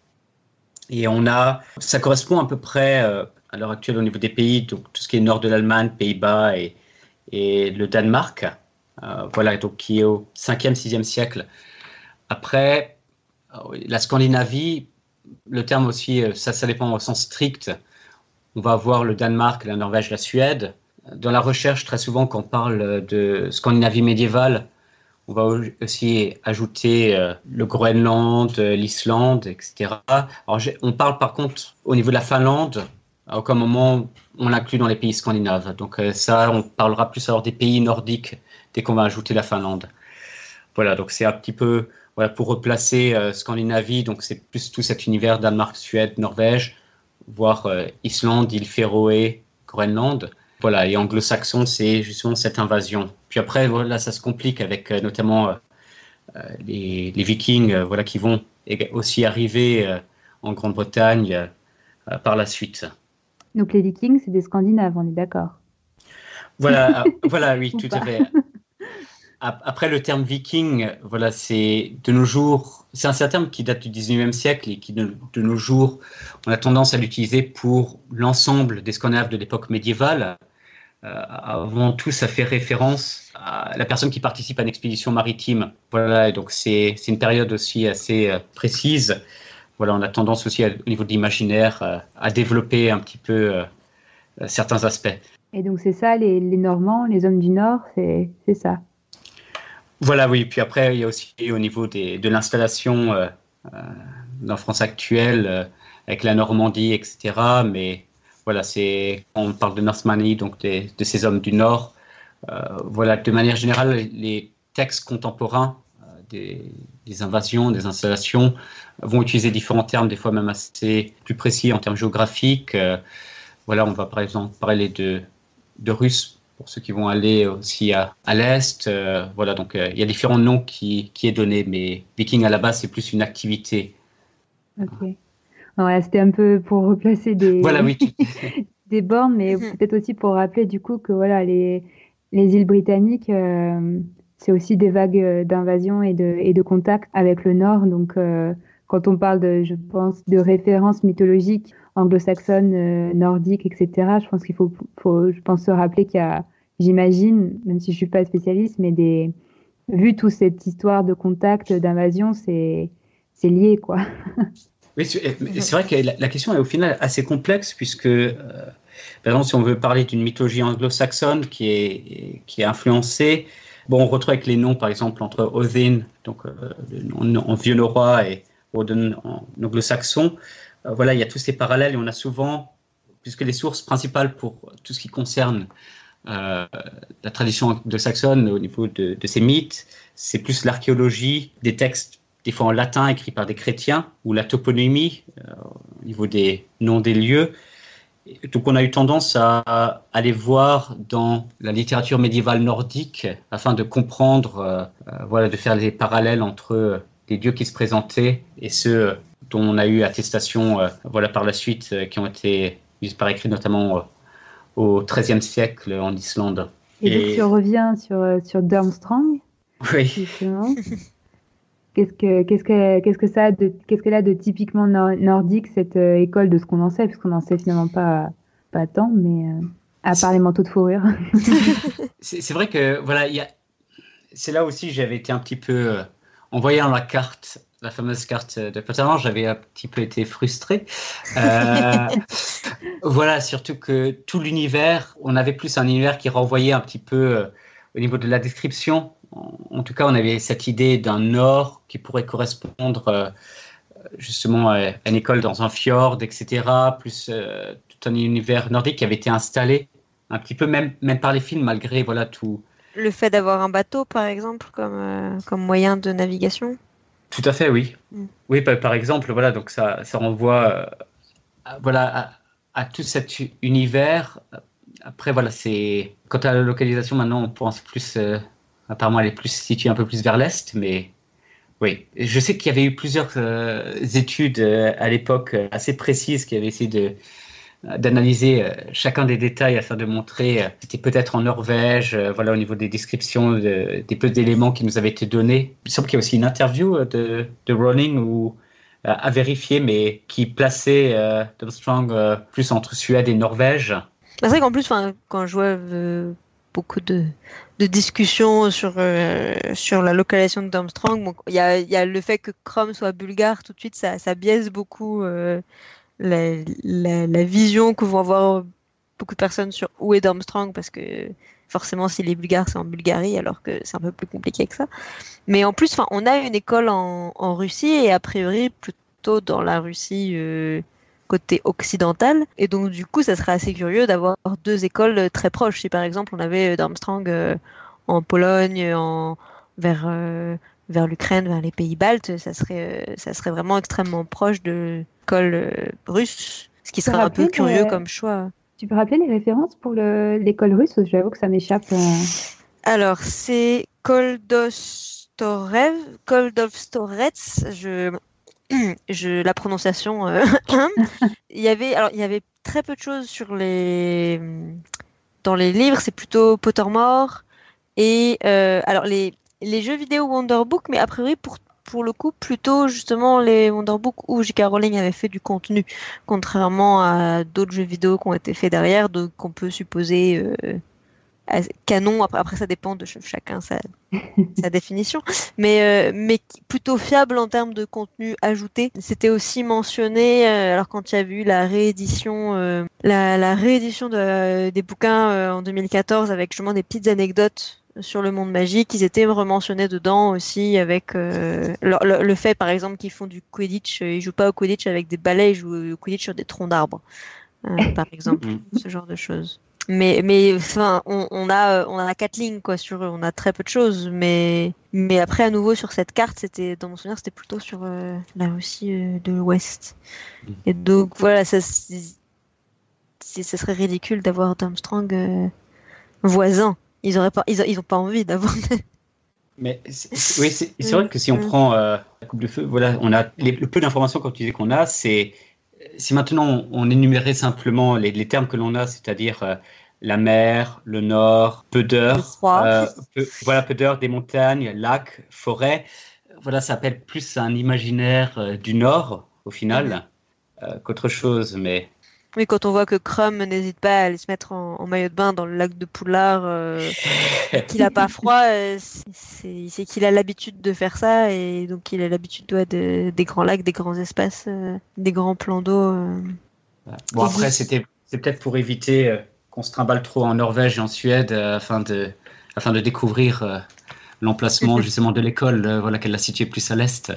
Et on a, ça correspond à peu près euh, à l'heure actuelle au niveau des pays, donc tout ce qui est nord de l'Allemagne, Pays-Bas et, et le Danemark, euh, voilà, donc qui est au cinquième, sixième siècle. Après, la Scandinavie, le terme aussi, ça, ça dépend au sens strict. On va avoir le Danemark, la Norvège, la Suède. Dans la recherche, très souvent, quand on parle de Scandinavie médiévale, on va aussi ajouter euh, le Groenland, l'Islande, et cetera. Alors, on parle par contre au niveau de la Finlande, à aucun moment on l'inclut dans les pays scandinaves. Donc euh, ça, on parlera plus alors des pays nordiques dès qu'on va ajouter la Finlande. Voilà, donc c'est un petit peu voilà, pour replacer euh, Scandinavie, donc c'est plus tout cet univers Danemark, Suède, Norvège, voire euh, Islande, îles Féroé, Groenland. Voilà, et anglo-saxon, c'est justement cette invasion. Puis après, voilà, ça se complique avec euh, notamment euh, les, les Vikings, euh, voilà, qui vont aussi arriver euh, en Grande-Bretagne euh, par la suite. Donc les Vikings, c'est des Scandinaves, on est d'accord? Voilà, voilà, oui, tout pas. à fait. Après, le terme viking, voilà, c'est de nos jours, c'est un terme qui date du dix-neuvième siècle et qui, de, de nos jours, on a tendance à l'utiliser pour l'ensemble des Scandinaves de l'époque médiévale. Euh, avant tout, ça fait référence à la personne qui participe à une expédition maritime. Voilà, et donc c'est, c'est une période aussi assez euh, précise. Voilà, on a tendance aussi à, au niveau de l'imaginaire euh, à développer un petit peu euh, certains aspects. Et donc c'est ça, les, les Normands, les hommes du Nord, c'est, c'est ça. Voilà, oui. Puis après, il y a aussi au niveau des, de l'installation euh, euh, dans France actuelle, euh, avec la Normandie, et cetera. Mais voilà, c'est, on parle de Northmandy, donc des, de ces hommes du Nord. Euh, voilà, de manière générale, les textes contemporains euh, des, des invasions, des installations, vont utiliser différents termes, des fois même assez plus précis en termes géographiques. Euh, voilà, on va par exemple parler de, de Russes, pour ceux qui vont aller aussi à, à l'Est. Euh, voilà, donc euh, il y a différents noms qui, qui est donné, mais Viking à la base, c'est plus une activité. Ok. Voilà, c'était un peu pour replacer des, voilà, oui. des bornes, mais mm-hmm. peut-être aussi pour rappeler du coup que voilà, les, les îles britanniques, euh, c'est aussi des vagues d'invasion et de, et de contact avec le Nord. Donc, euh, quand on parle, de, je pense, de références mythologiques anglo-saxonnes, euh, nordiques, et cetera, je pense qu'il faut, faut, je pense, se rappeler qu'il y a, j'imagine, même si je suis pas spécialiste, mais des, vu toute cette histoire de contact, d'invasion, c'est, c'est lié, quoi. Oui, c'est vrai que la, la question est au final assez complexe, puisque, euh, par exemple, si on veut parler d'une mythologie anglo-saxonne qui est, qui est influencée, bon, on retrouve avec les noms, par exemple, entre Odin, donc euh, en, en vieux norrois, et Odin en anglo-saxon. Euh, voilà, il y a tous ces parallèles, et on a souvent, puisque les sources principales pour tout ce qui concerne euh, la tradition anglo-saxonne au niveau de, de ces mythes, c'est plus l'archéologie, des textes des fois en latin écrits par des chrétiens, ou la toponymie euh, au niveau des noms des lieux. Et donc on a eu tendance à, à aller voir dans la littérature médiévale nordique afin de comprendre, euh, euh, voilà, de faire les parallèles entre les dieux qui se présentaient et ceux dont on a eu attestation euh, voilà, par la suite, euh, qui ont été mis par écrit notamment euh, au treizième siècle en Islande. Et, et donc tu reviens sur, sur Durmstrang. Oui. Justement. Qu'est-ce que, qu'est-ce que, qu'est-ce que ça a de, qu'est-ce qu'elle a de typiquement nor- nordique, cette euh, école, de ce qu'on en sait, puisqu'on n'en sait finalement pas, pas tant, mais euh, à part les manteaux de fourrure. c'est, c'est vrai que, voilà, y a, c'est là aussi j'avais été un petit peu, euh, en voyant la carte, la fameuse carte de Pottermore, j'avais un petit peu été frustré. Euh, voilà, surtout que tout l'univers, on avait plus un univers qui renvoyait un petit peu euh, au niveau de la description. En tout cas, on avait cette idée d'un nord qui pourrait correspondre euh, justement à une école dans un fjord, et cetera. Plus euh, tout un univers nordique qui avait été installé un petit peu, même, même par les films, malgré voilà tout. Le fait d'avoir un bateau, par exemple, comme, euh, comme moyen de navigation. Tout à fait, oui. Mm. Oui, par, par exemple, voilà, donc ça, ça renvoie euh, à, voilà, à, à tout cet univers. Après, voilà, c'est quant à la localisation, maintenant, on pense plus. Euh, Apparemment, elle est plus située un peu plus vers l'est, mais oui. Je sais qu'il y avait eu plusieurs euh, études euh, à l'époque euh, assez précises qui avaient essayé de, euh, d'analyser euh, chacun des détails afin de montrer euh, c'était peut-être en Norvège, euh, voilà, au niveau des descriptions, de, des peu d'éléments qui nous avaient été donnés. Il semble qu'il y a aussi une interview de, de Rowling où, euh, à vérifier, mais qui plaçait euh, Durmstrang euh, plus entre Suède et Norvège. C'est vrai qu'en plus, quand je vois euh, beaucoup de, de discussions sur, euh, sur la localisation de Durmstrang, il bon, y, a, y a le fait que Crom soit bulgare, tout de suite, ça, ça biaise beaucoup euh, la, la, la vision que vont avoir beaucoup de personnes sur où est Durmstrang, parce que forcément, si les Bulgares, c'est en Bulgarie, alors que c'est un peu plus compliqué que ça. Mais en plus, on a une école en, en Russie, et a priori, plutôt dans la Russie... Euh, côté occidental, et donc du coup ça serait assez curieux d'avoir deux écoles très proches. Si par exemple on avait Durmstrang euh, en Pologne, en, vers, euh, vers l'Ukraine, vers les pays baltes, ça serait, euh, ça serait vraiment extrêmement proche de l'école euh, russe, ce qui serait un peu curieux les... comme choix. Tu peux rappeler les références pour le, l'école russe? J'avoue que ça m'échappe. Euh... Alors c'est Koldostorev, Koldovstorets, je... Je, la prononciation, euh, il y avait, alors il y avait très peu de choses sur les, dans les livres, c'est plutôt Pottermore et euh, alors les, les jeux vidéo Wonderbook, mais a priori pour pour le coup plutôt justement les Wonderbook où J K Rowling avait fait du contenu, contrairement à d'autres jeux vidéo qui ont été faits derrière, donc qu'on peut supposer euh, canon. Après, après, ça dépend de chacun sa, sa définition, mais, euh, mais plutôt fiable en termes de contenu ajouté. C'était aussi mentionné, euh, alors quand il y a eu la réédition, euh, la, la réédition de, des bouquins euh, en deux mille quatorze avec justement des petites anecdotes sur le monde magique, ils étaient rementionnés dedans aussi avec euh, le, le, le fait par exemple qu'ils font du Quidditch, ils jouent pas au Quidditch avec des balais, ils jouent au Quidditch sur des troncs d'arbres, euh, par exemple, ce genre de choses. Mais mais enfin on, on a on a quatre lignes quoi sur eux, on a très peu de choses, mais mais après à nouveau sur cette carte, c'était dans mon souvenir c'était plutôt sur euh, la Russie euh, de l'Ouest. Et donc voilà, ça c'est, ça serait ridicule d'avoir Durmstrang euh, voisin. Ils auraient pas, ils, ils ont pas envie d'avoir. Mais c'est, oui, c'est, c'est vrai que si on prend euh, la coupe de feu, voilà, on a les, le peu d'informations comme tu disais qu'on a, c'est si maintenant on, on énumérait simplement les, les termes que l'on a, c'est-à-dire euh, la mer, le nord, peu d'heures, euh, peu, voilà, peu d'heures, des montagnes, lacs, forêts, voilà, ça appelle plus un imaginaire euh, du nord au final mmh. euh, qu'autre chose, mais. Oui, quand on voit que Krum n'hésite pas à aller se mettre en, en maillot de bain dans le lac de Poulard, euh, qu'il n'a pas froid, euh, c'est, c'est qu'il a l'habitude de faire ça et donc il a l'habitude ouais, de, des grands lacs, des grands espaces, euh, des grands plans d'eau. Euh. Bon, après, c'était, c'est peut-être pour éviter euh, qu'on se trimballe trop en Norvège et en Suède euh, afin, de, afin de découvrir euh, l'emplacement justement de l'école, euh, voilà, qu'elle l'a située plus à l'est.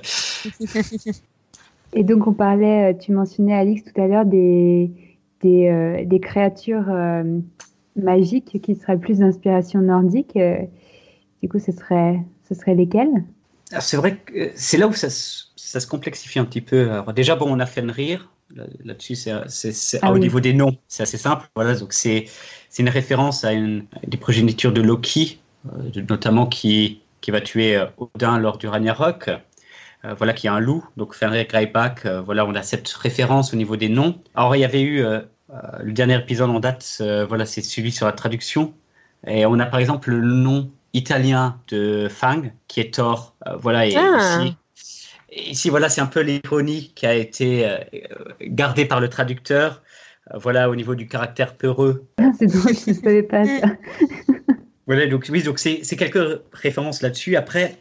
Et donc, on parlait, tu mentionnais, Alix, tout à l'heure, des, des, euh, des créatures euh, magiques qui seraient plus d'inspiration nordique. Euh, du coup, ce serait, ce serait lesquelles ? Alors, c'est vrai que c'est là où ça, ça se complexifie un petit peu. Alors, déjà, bon, on a Fenrir. Là, là-dessus, c'est, c'est, c'est ah, au oui. niveau des noms, c'est assez simple. Voilà, donc c'est, c'est une référence à, une, à des progénitures de Loki, euh, notamment qui, qui va tuer euh, Odin lors du Ragnarok. Euh, voilà, qui a un loup, donc Fenrir Greyback, euh, voilà, on a cette référence au niveau des noms. Alors, il y avait eu euh, euh, le dernier épisode en date, euh, voilà, c'est celui sur la traduction. Et on a par exemple le nom italien de Fang, qui est Thor. Euh, voilà, et ah. ici, et ici, voilà, c'est un peu l'ironie qui a été euh, gardée par le traducteur. Euh, voilà, au niveau du caractère peureux. Ah, c'est drôle, je ne savais pas ça. Voilà, donc oui, donc c'est, c'est quelques références là-dessus. Après,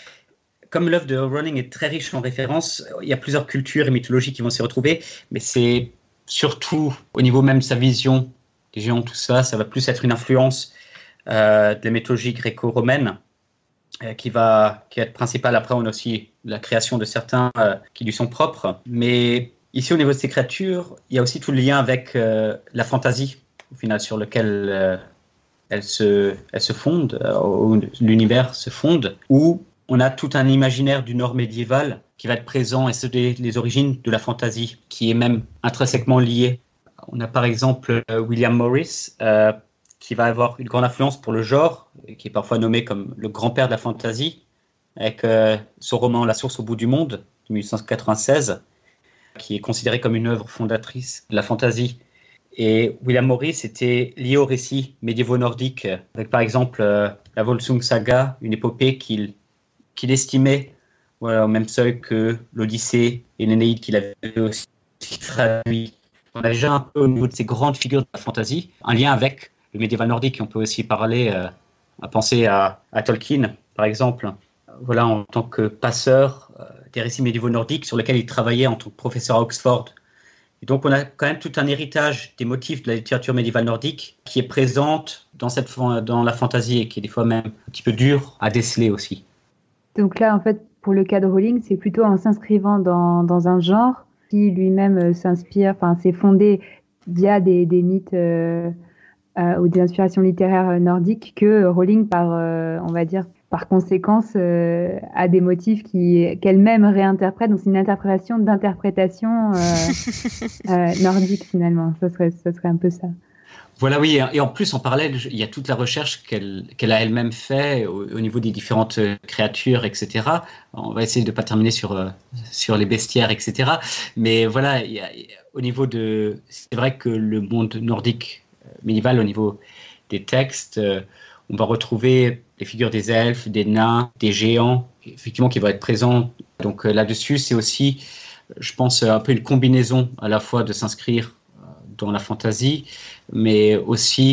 comme l'œuvre de Rowling est très riche en références, il y a plusieurs cultures et mythologies qui vont s'y retrouver, mais c'est surtout au niveau même de sa vision des géants, tout ça, ça va plus être une influence euh, de la mythologie gréco-romaine euh, qui, va, qui va être principale. Après, on a aussi la création de certains euh, qui lui sont propres. Mais ici, au niveau de ces créatures, il y a aussi tout le lien avec euh, la fantaisie, au final, sur lequel euh, elle, se, elle se fonde, euh, où l'univers se fonde, où on a tout un imaginaire du Nord médiéval qui va être présent et c'est des, les origines de la fantaisie, qui est même intrinsèquement liée. On a par exemple euh, William Morris, euh, qui va avoir une grande influence pour le genre, qui est parfois nommé comme le grand-père de la fantaisie, avec euh, son roman La source au bout du monde, de dix-huit cent quatre-vingt-seize, qui est considéré comme une œuvre fondatrice de la fantaisie. Et William Morris était lié aux récits médiévaux nordiques, avec par exemple euh, la Volsung Saga, une épopée qu'il qu'il estimait voilà, au même seuil que l'Odyssée et l'Énéide qu'il avait aussi traduit. On a déjà un peu au niveau de ces grandes figures de la fantaisie, un lien avec le médiéval nordique. On peut aussi parler, euh, à penser à, à Tolkien, par exemple, voilà, en tant que passeur euh, des récits médiévaux nordiques sur lesquels il travaillait en tant que professeur à Oxford. Et donc on a quand même tout un héritage des motifs de la littérature médiévale nordique qui est présente dans, cette, dans la fantaisie et qui est des fois même un petit peu dure à déceler aussi. Donc là, en fait, pour le cas de Rowling, c'est plutôt en s'inscrivant dans, dans un genre qui lui-même euh, s'inspire, enfin, c'est fondé via des, des mythes euh, euh, ou des inspirations littéraires nordiques que Rowling, par, euh, on va dire, par conséquence, euh, a des motifs qui, qu'elle-même réinterprète. Donc, c'est une interprétation d'interprétation euh, euh, nordique, finalement. Ça serait, ça serait un peu ça. Voilà, oui, et en plus, en parallèle, il y a toute la recherche qu'elle, qu'elle a elle-même fait au, au niveau des différentes créatures, et cetera. On va essayer de ne pas terminer sur, sur les bestiaires, et cetera. Mais voilà, il y a, au niveau de... C'est vrai que le monde nordique médiéval, au niveau des textes, on va retrouver les figures des elfes, des nains, des géants, effectivement, qui vont être présents. Donc là-dessus, c'est aussi, je pense, un peu une combinaison à la fois de s'inscrire dans la fantaisie, mais aussi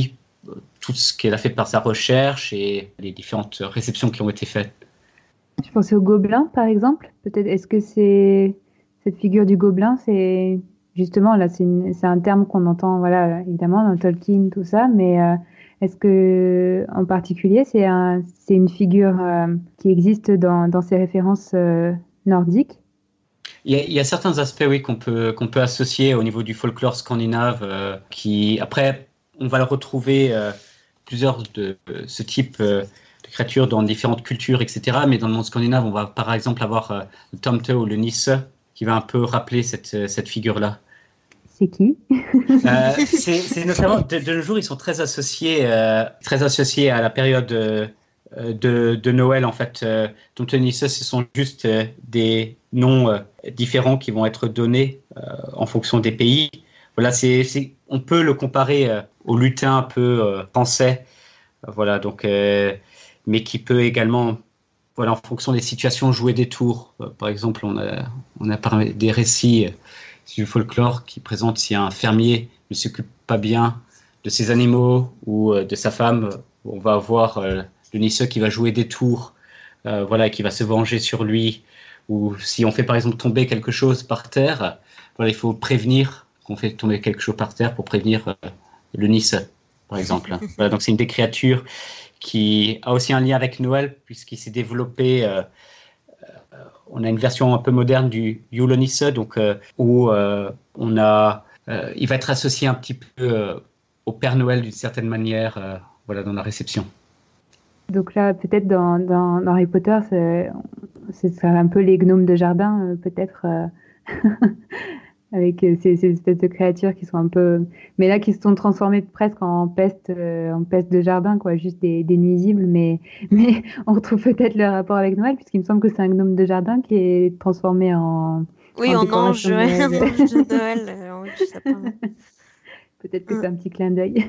tout ce qu'elle a fait par sa recherche et les différentes réceptions qui ont été faites. Je pensais au gobelin, par exemple. Peut-être, est-ce que c'est cette figure du gobelin, c'est justement là, c'est, une, c'est un terme qu'on entend, voilà, évidemment dans Tolkien, tout ça, mais euh, est-ce que, en particulier, c'est un, c'est une figure euh, qui existe dans, dans ces références euh, nordiques? Il y, a, il y a certains aspects, oui, qu'on peut qu'on peut associer au niveau du folklore scandinave, euh, qui après, on va le retrouver euh, plusieurs de euh, ce type. Euh, de créatures dans différentes cultures, et cetera. Mais dans le monde scandinave, on va par exemple avoir euh, le Tomte ou le Nisse, qui va un peu rappeler cette, cette figure-là. C'est qui euh, c'est, c'est notamment, de, de nos jours, ils sont très associés, euh, très associés à la période euh, de, de Noël, en fait. Euh, Tomte et Nisse, ce sont juste euh, des noms euh, différents qui vont être donnés euh, en fonction des pays. Voilà, c'est, c'est, on peut le comparer euh, au lutin un peu euh, français. Voilà, donc... Euh, mais qui peut également, voilà, en fonction des situations, jouer des tours. Euh, par exemple, on a, on a parlé des récits euh, du folklore qui présentent si un fermier ne s'occupe pas bien de ses animaux ou euh, de sa femme, on va avoir euh, le Nisse qui va jouer des tours, euh, voilà, qui va se venger sur lui. Ou si on fait par exemple tomber quelque chose par terre, voilà, il faut prévenir qu'on fait tomber quelque chose par terre pour prévenir euh, le Nisse, par exemple. Voilà, donc c'est une des créatures qui a aussi un lien avec Noël, puisqu'il s'est développé, euh, euh, on a une version un peu moderne du Yule Nisse, donc, euh, où euh, on a, euh, il va être associé un petit peu euh, au Père Noël d'une certaine manière, euh, voilà, dans la réception. Donc là, peut-être dans, dans, dans Harry Potter, c'est, c'est un peu les gnomes de jardin, euh, peut-être, euh, avec ces, ces espèces de créatures qui sont un peu... Mais là, qui se sont transformées presque en peste, euh, en peste de jardin, quoi, juste des, des nuisibles. Mais, mais on retrouve peut-être le rapport avec Noël, puisqu'il me semble que c'est un gnome de jardin qui est transformé en... Oui, en, en ange, de Noël. un ange de Noël, euh, en haut du sapin. Peut-être que c'est un petit clin d'œil.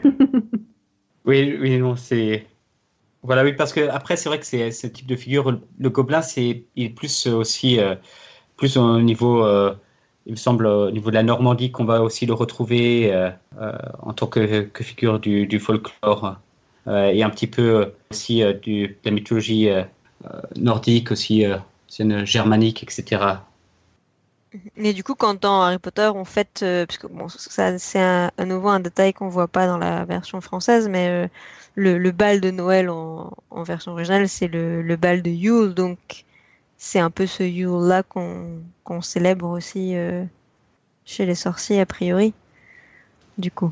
Oui, oui, non, c'est... Voilà, oui, parce que après, c'est vrai que c'est ce type de figure, le gobelin, c'est, il est plus aussi, euh, plus au niveau... Euh, il me semble au niveau de la Normandie qu'on va aussi le retrouver euh, euh, en tant que, que figure du, du folklore euh, et un petit peu aussi euh, du, de la mythologie euh, nordique, aussi euh, germanique, et cetera. Mais du coup, quand dans Harry Potter, on fête, euh, parce que bon, ça, c'est un, à nouveau un détail qu'on voit pas dans la version française, mais euh, le, le bal de Noël en, en version originale, c'est le, le bal de Yule, donc c'est un peu ce Yule-là qu'on qu'on célèbre aussi euh, chez les sorciers, a priori, du coup.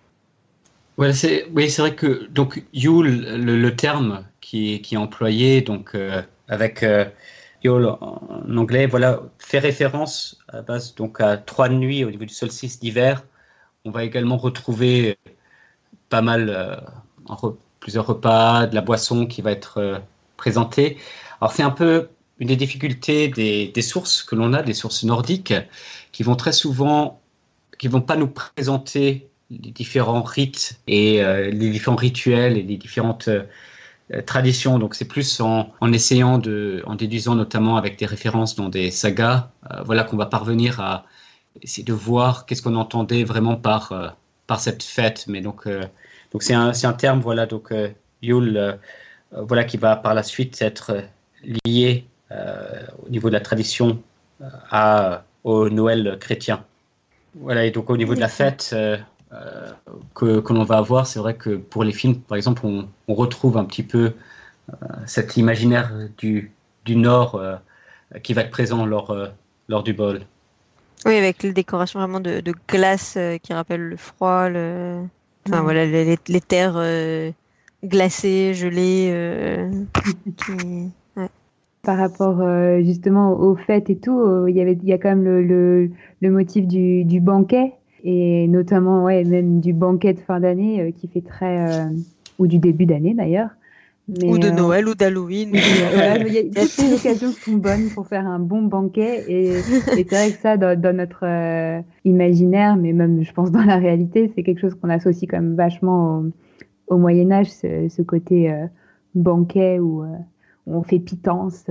Voilà, c'est, oui, c'est vrai que donc Yule, le, le terme qui, qui est employé, donc euh, avec euh, Yule en anglais, voilà, fait référence à la base donc à trois nuits au niveau du solstice d'hiver. On va également retrouver pas mal, euh, en re, plusieurs repas, de la boisson qui va être euh, présentée. Alors c'est un peu une des difficultés des, des sources que l'on a, des sources nordiques, qui vont très souvent, qui vont pas nous présenter les différents rites et euh, les différents rituels et les différentes euh, traditions. Donc c'est plus en, en essayant de, en déduisant notamment avec des références dans des sagas, euh, voilà qu'on va parvenir à essayer de voir qu'est-ce qu'on entendait vraiment par euh, par cette fête. Mais donc euh, donc c'est un c'est un terme, voilà, donc euh, Yule, euh, voilà, qui va par la suite être lié euh, au niveau de la tradition euh, à au Noël chrétien. Voilà, et donc au niveau de la fête euh, euh, que, que l'on va avoir, c'est vrai que pour les films, par exemple, on, on retrouve un petit peu euh, cet imaginaire du, du Nord euh, qui va être présent lors, euh, lors du bal. Oui, avec les décorations vraiment de, de glace euh, qui rappellent le froid, le... enfin Ouais. voilà, les, les terres euh, glacées, gelées. Euh, qui... ouais. Par rapport euh, justement aux fêtes et tout, euh, il y avait, il y a quand même le, le, le motif du, du banquet et notamment ouais, même du banquet de fin d'année euh, qui fait très, euh, ou du début d'année d'ailleurs. Mais, Ou de euh, Noël ou d'Halloween. voilà, il y a, toutes les occasions sont bonnes pour faire un bon banquet et, et c'est vrai que ça dans, dans notre euh, imaginaire, mais même je pense dans la réalité, c'est quelque chose qu'on associe quand même vachement au, au Moyen-Âge, ce, ce côté euh, banquet où, euh, où on fait pitance.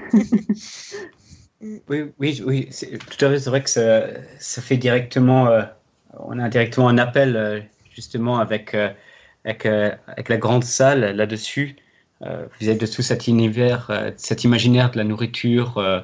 Oui, oui, oui, c'est, tout à fait. C'est vrai que ça, ça fait directement, euh, on a directement un appel euh, justement avec euh, avec, euh, avec la grande salle là-dessus. Euh, vous avez de tout cet univers, euh, cet imaginaire de la nourriture, euh,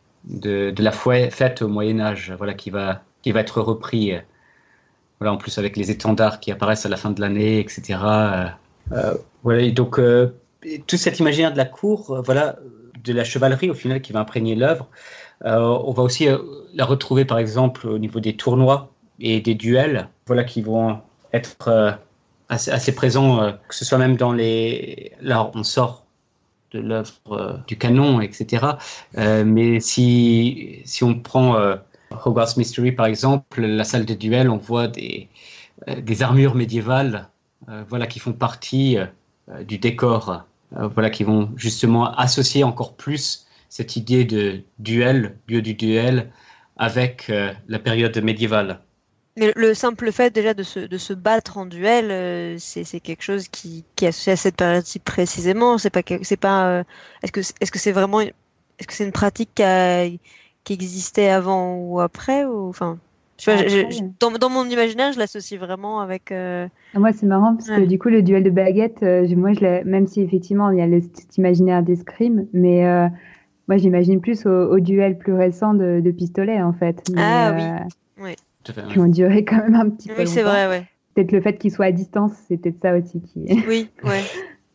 de, de la fête au Moyen-Âge, voilà, qui va, qui va être repris. Euh, voilà, en plus avec les étendards qui apparaissent à la fin de l'année, et cetera. Euh, euh, voilà, et donc euh, tout cet imaginaire de la cour, euh, voilà, de la chevalerie au final qui va imprégner l'œuvre. Euh, on va aussi euh, la retrouver par exemple au niveau des tournois et des duels, voilà, qui vont être euh, assez, assez présents, euh, que ce soit même dans les... Là, on sort de l'œuvre euh, du canon, et cetera. Euh, mais si, si on prend euh, Hogwarts Mystery, par exemple, la salle de duel, on voit des, euh, des armures médiévales euh, voilà, qui font partie euh, du décor, euh, voilà, qui vont justement associer encore plus cette idée de duel, lieu du duel, avec euh, la période médiévale. Mais le simple fait déjà de se, de se battre en duel, euh, c'est, c'est quelque chose qui, qui est associé à cette période-ci précisément. C'est pas, c'est pas. Euh, est-ce que, est-ce que c'est vraiment, est-ce que c'est une pratique qui, a, qui existait avant ou après ou enfin. Tu vois, Après, je, je, dans, dans mon imaginaire, je l'associe vraiment avec. Euh... Moi, c'est marrant parce ouais. que du coup, le duel de baguette, euh, moi, je l'ai, même si effectivement il y a le, cet imaginaire d'escrime, mais euh, moi, j'imagine plus au, au duel plus récent de, de pistolet en fait. Mais, Ah euh, oui. Oui. Qui ont duré quand même un petit oui, peu longtemps. Oui, c'est vrai, ouais. Peut-être le fait qu'il soit à distance, c'est peut-être ça aussi qui. Oui, ouais.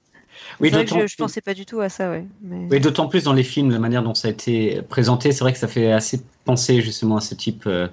Oui, c'est vrai que je, je pensais pas du tout à ça, ouais. Mais... Oui, d'autant plus dans les films, la manière dont ça a été présenté, c'est vrai que ça fait assez penser justement à ce type euh,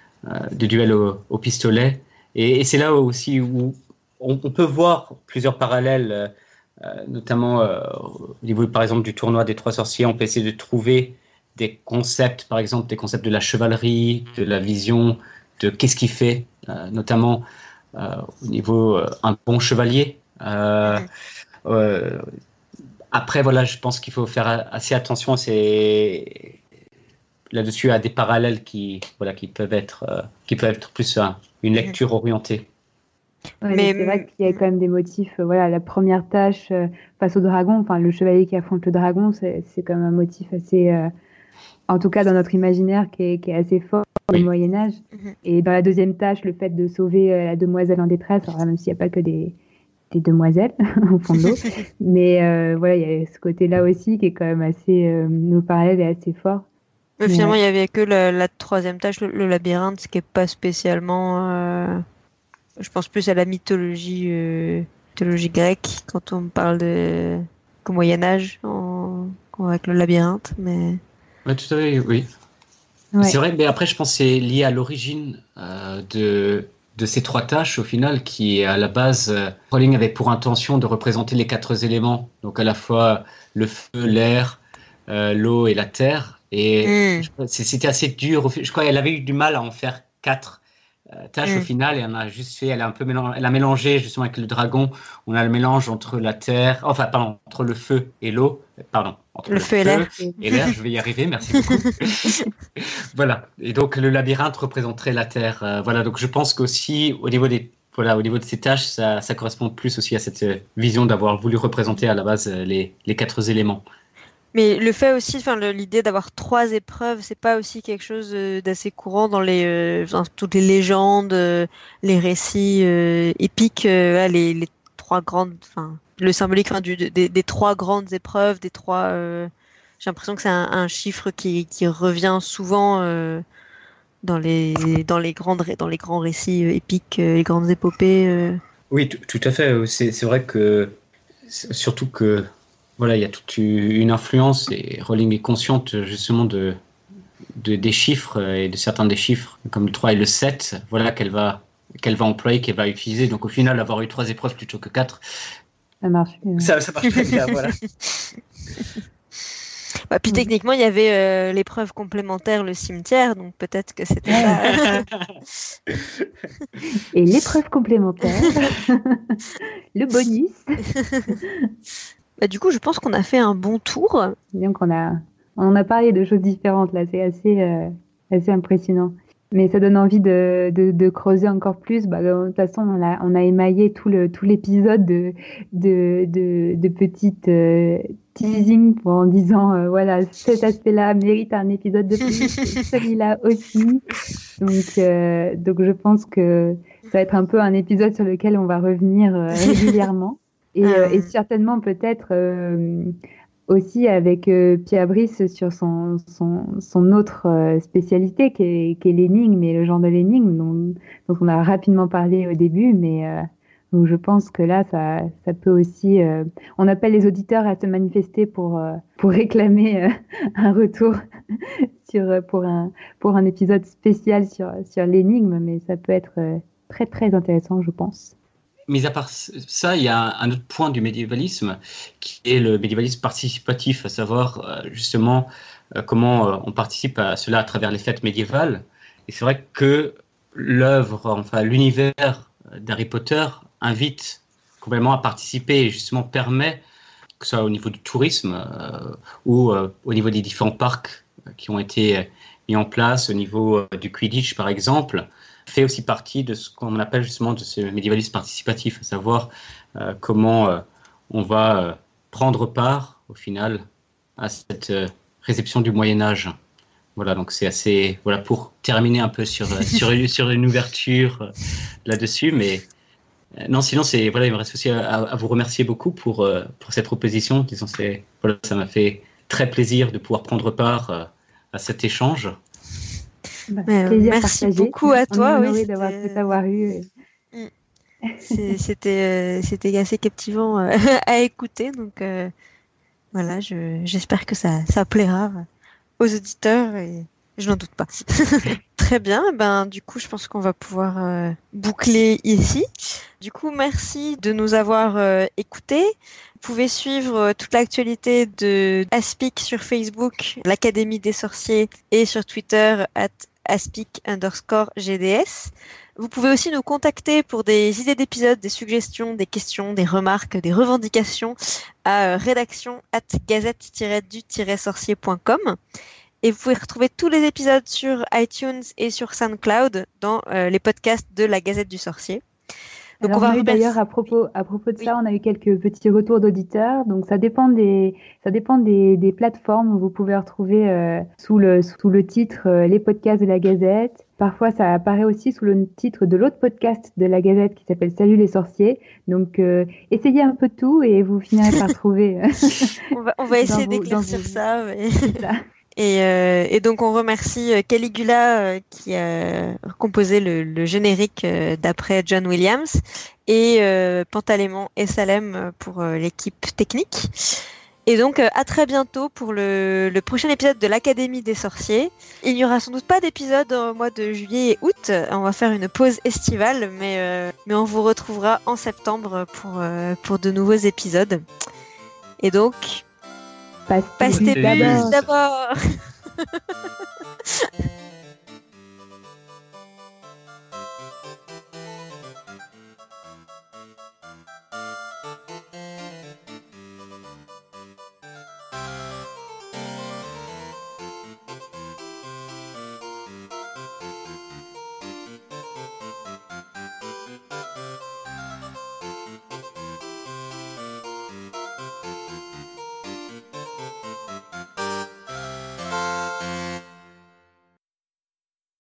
de duel au, au pistolet. Et, et c'est là aussi où on, on peut voir plusieurs parallèles, euh, notamment euh, au niveau, par exemple, du tournoi des Trois Sorciers. On peut essayer de trouver des concepts, par exemple, des concepts de la chevalerie, de la vision, de qu'est-ce qui fait, euh, notamment euh, au niveau euh, un bon chevalier. Euh, mm-hmm. euh, après, voilà, je pense qu'il faut faire assez attention. C'est là-dessus à des parallèles qui, voilà, qui peuvent être, euh, qui peuvent être plus euh, une lecture orientée. Ouais, mais c'est vrai qu'il y a quand même des motifs. Euh, voilà, la première tâche euh, face au dragon, enfin le chevalier qui affronte le dragon, c'est, c'est quand même un motif assez, euh, en tout cas dans notre imaginaire, qui est, qui est assez fort au oui. Moyen Âge. Mm-hmm. Et dans la deuxième tâche, le fait de sauver euh, la demoiselle en détresse, alors même s'il n'y a pas que des des demoiselles au fond de l'eau, mais euh, voilà, il y a ce côté-là aussi qui est quand même assez, euh, nos parallèles est assez fort. Mais finalement, il n'y avait que la, la troisième tâche, le, le labyrinthe, ce qui n'est pas spécialement. Euh, je pense plus à la mythologie, euh, mythologie grecque quand on parle de au Moyen Âge en, avec le labyrinthe, mais. Oui, tout à fait, oui. Ouais. C'est vrai, mais après, je pense que c'est lié à l'origine euh, de. de ces trois tâches, au final, qui, à la base, euh, Rowling avait pour intention de représenter les quatre éléments, donc à la fois le feu, l'air, euh, l'eau et la terre. Et mm. c'était assez dur. Je crois qu'elle avait eu du mal à en faire quatre euh, tâches mm. au final, et elle a juste fait, elle a un peu mélangé, elle a mélangé justement avec le dragon. On a le mélange entre la terre, enfin, pardon, entre le feu et l'eau, pardon. Entre le, le feu et l'air. Et l'air, je vais y arriver, merci beaucoup. Voilà. Et donc, le labyrinthe représenterait la Terre. Euh, voilà. Donc, je pense qu'aussi, au niveau des, voilà, au niveau de ces tâches, ça, ça correspond plus aussi à cette vision d'avoir voulu représenter à la base les, les quatre éléments. Mais le fait aussi, enfin, le, l'idée d'avoir trois épreuves, c'est pas aussi quelque chose d'assez courant dans les, euh, dans toutes les légendes, euh, les récits euh, épiques, euh, les, les trois grandes, enfin, le symbolique enfin, du, des, des trois grandes épreuves, des trois. Euh, j'ai l'impression que c'est un, un chiffre qui, qui revient souvent euh, dans les dans les grandes dans les grands récits épiques, les grandes épopées. Euh. Oui, t- tout à fait. C'est, c'est vrai que surtout que voilà, il y a toute une influence et Rowling est consciente justement de, de des chiffres et de certains des chiffres comme le trois et le sept. Voilà qu'elle va qu'elle va employer, qu'elle va utiliser. Donc au final, avoir eu trois épreuves plutôt que quatre. Ça marche bien. Ça, ça marche très bien, voilà. Bah, puis techniquement, il y avait euh, l'épreuve complémentaire, le cimetière, donc peut-être que c'était ça. Et l'épreuve complémentaire, le bonus. Bah, du coup, je pense qu'on a fait un bon tour. Donc on a, on a parlé de choses différentes là, c'est assez, euh, assez impressionnant. Mais ça donne envie de, de, de creuser encore plus. Bah, de toute façon, on a, on a émaillé tout, le, tout l'épisode de, de, de, de petites euh, teasing pour, en disant euh, voilà, cet aspect-là mérite un épisode de plus, celui-là aussi. Donc, euh, donc je pense que ça va être un peu un épisode sur lequel on va revenir euh, régulièrement. Et, euh, et certainement peut-être euh, aussi avec euh, Pierre Brice sur son, son, son autre euh, spécialité qui est, qui est l'énigme et le genre de l'énigme dont, dont on a rapidement parlé au début, mais euh, donc je pense que là ça, ça peut aussi euh, on appelle les auditeurs à se manifester pour, euh, pour réclamer euh, un retour sur, pour, un, pour un épisode spécial sur, sur l'énigme, mais ça peut être euh, très très intéressant, je pense. Mis à part ça, il y a un autre point du médiévalisme qui est le médiévalisme participatif, à savoir euh, justement euh, comment euh, on participe à cela à travers les fêtes médiévales. Et c'est vrai que l'œuvre, enfin l'univers d'Harry Potter invite complètement à participer et justement permet, que ce soit au niveau du tourisme euh, ou euh, au niveau des différents parcs qui ont été mis en place, au niveau euh, du Quidditch par exemple, fait aussi partie de ce qu'on appelle justement de ce médiévalisme participatif, à savoir euh, comment euh, on va euh, prendre part au final à cette euh, réception du Moyen-Âge. Voilà, donc c'est assez, voilà, pour terminer un peu sur, sur, sur une ouverture euh, là-dessus, mais euh, non, sinon, c'est, voilà, il me reste aussi à, à vous remercier beaucoup pour, euh, pour cette proposition. Disons, c'est, voilà, ça m'a fait très plaisir de pouvoir prendre part euh, à cet échange. Bah, euh, merci partagé. beaucoup à toi. On est oui, d'avoir pu t'avoir eu. Et... C'est, c'était, euh, c'était assez captivant euh, à écouter. Donc euh, voilà, je, j'espère que ça, ça plaira aux auditeurs et je n'en doute pas. Très bien. Ben, du coup, je pense qu'on va pouvoir euh, boucler ici. Du coup, merci de nous avoir euh, écoutés. Vous pouvez suivre euh, toute l'actualité de Aspic sur Facebook, l'Académie des Sorciers, et sur Twitter at aspic underscore gds. Vous pouvez aussi nous contacter pour des idées d'épisodes, des suggestions, des questions, des remarques, des revendications à rédaction at gazette-du sorcier.com. Et vous pouvez retrouver tous les épisodes sur iTunes et sur SoundCloud dans euh, les podcasts de la Gazette du Sorcier. Donc Alors, on, on a eu d'ailleurs à propos, à propos de oui. ça, on a eu quelques petits retours d'auditeurs. Donc ça dépend des, ça dépend des, des plateformes où vous pouvez retrouver euh, sous, le, sous le titre euh, les podcasts de la Gazette. Parfois ça apparaît aussi sous le titre de l'autre podcast de la Gazette qui s'appelle Salut les sorciers. Donc euh, essayez un peu tout et vous finirez par trouver. Euh, on, va, on va essayer vos, d'éclaircir vos... ça. Mais... ça. Et, euh, et donc on remercie Caligula euh, qui a composé le, le générique euh, d'après John Williams et euh, Pantalémon et Salem pour euh, l'équipe technique. Et donc euh, à très bientôt pour le, le prochain épisode de l'Académie des Sorciers. Il n'y aura sans doute pas d'épisode au mois de juillet et août. On va faire une pause estivale, mais, euh, mais on vous retrouvera en septembre pour, euh, pour de nouveaux épisodes. Et donc... Passe tes bus d'abord.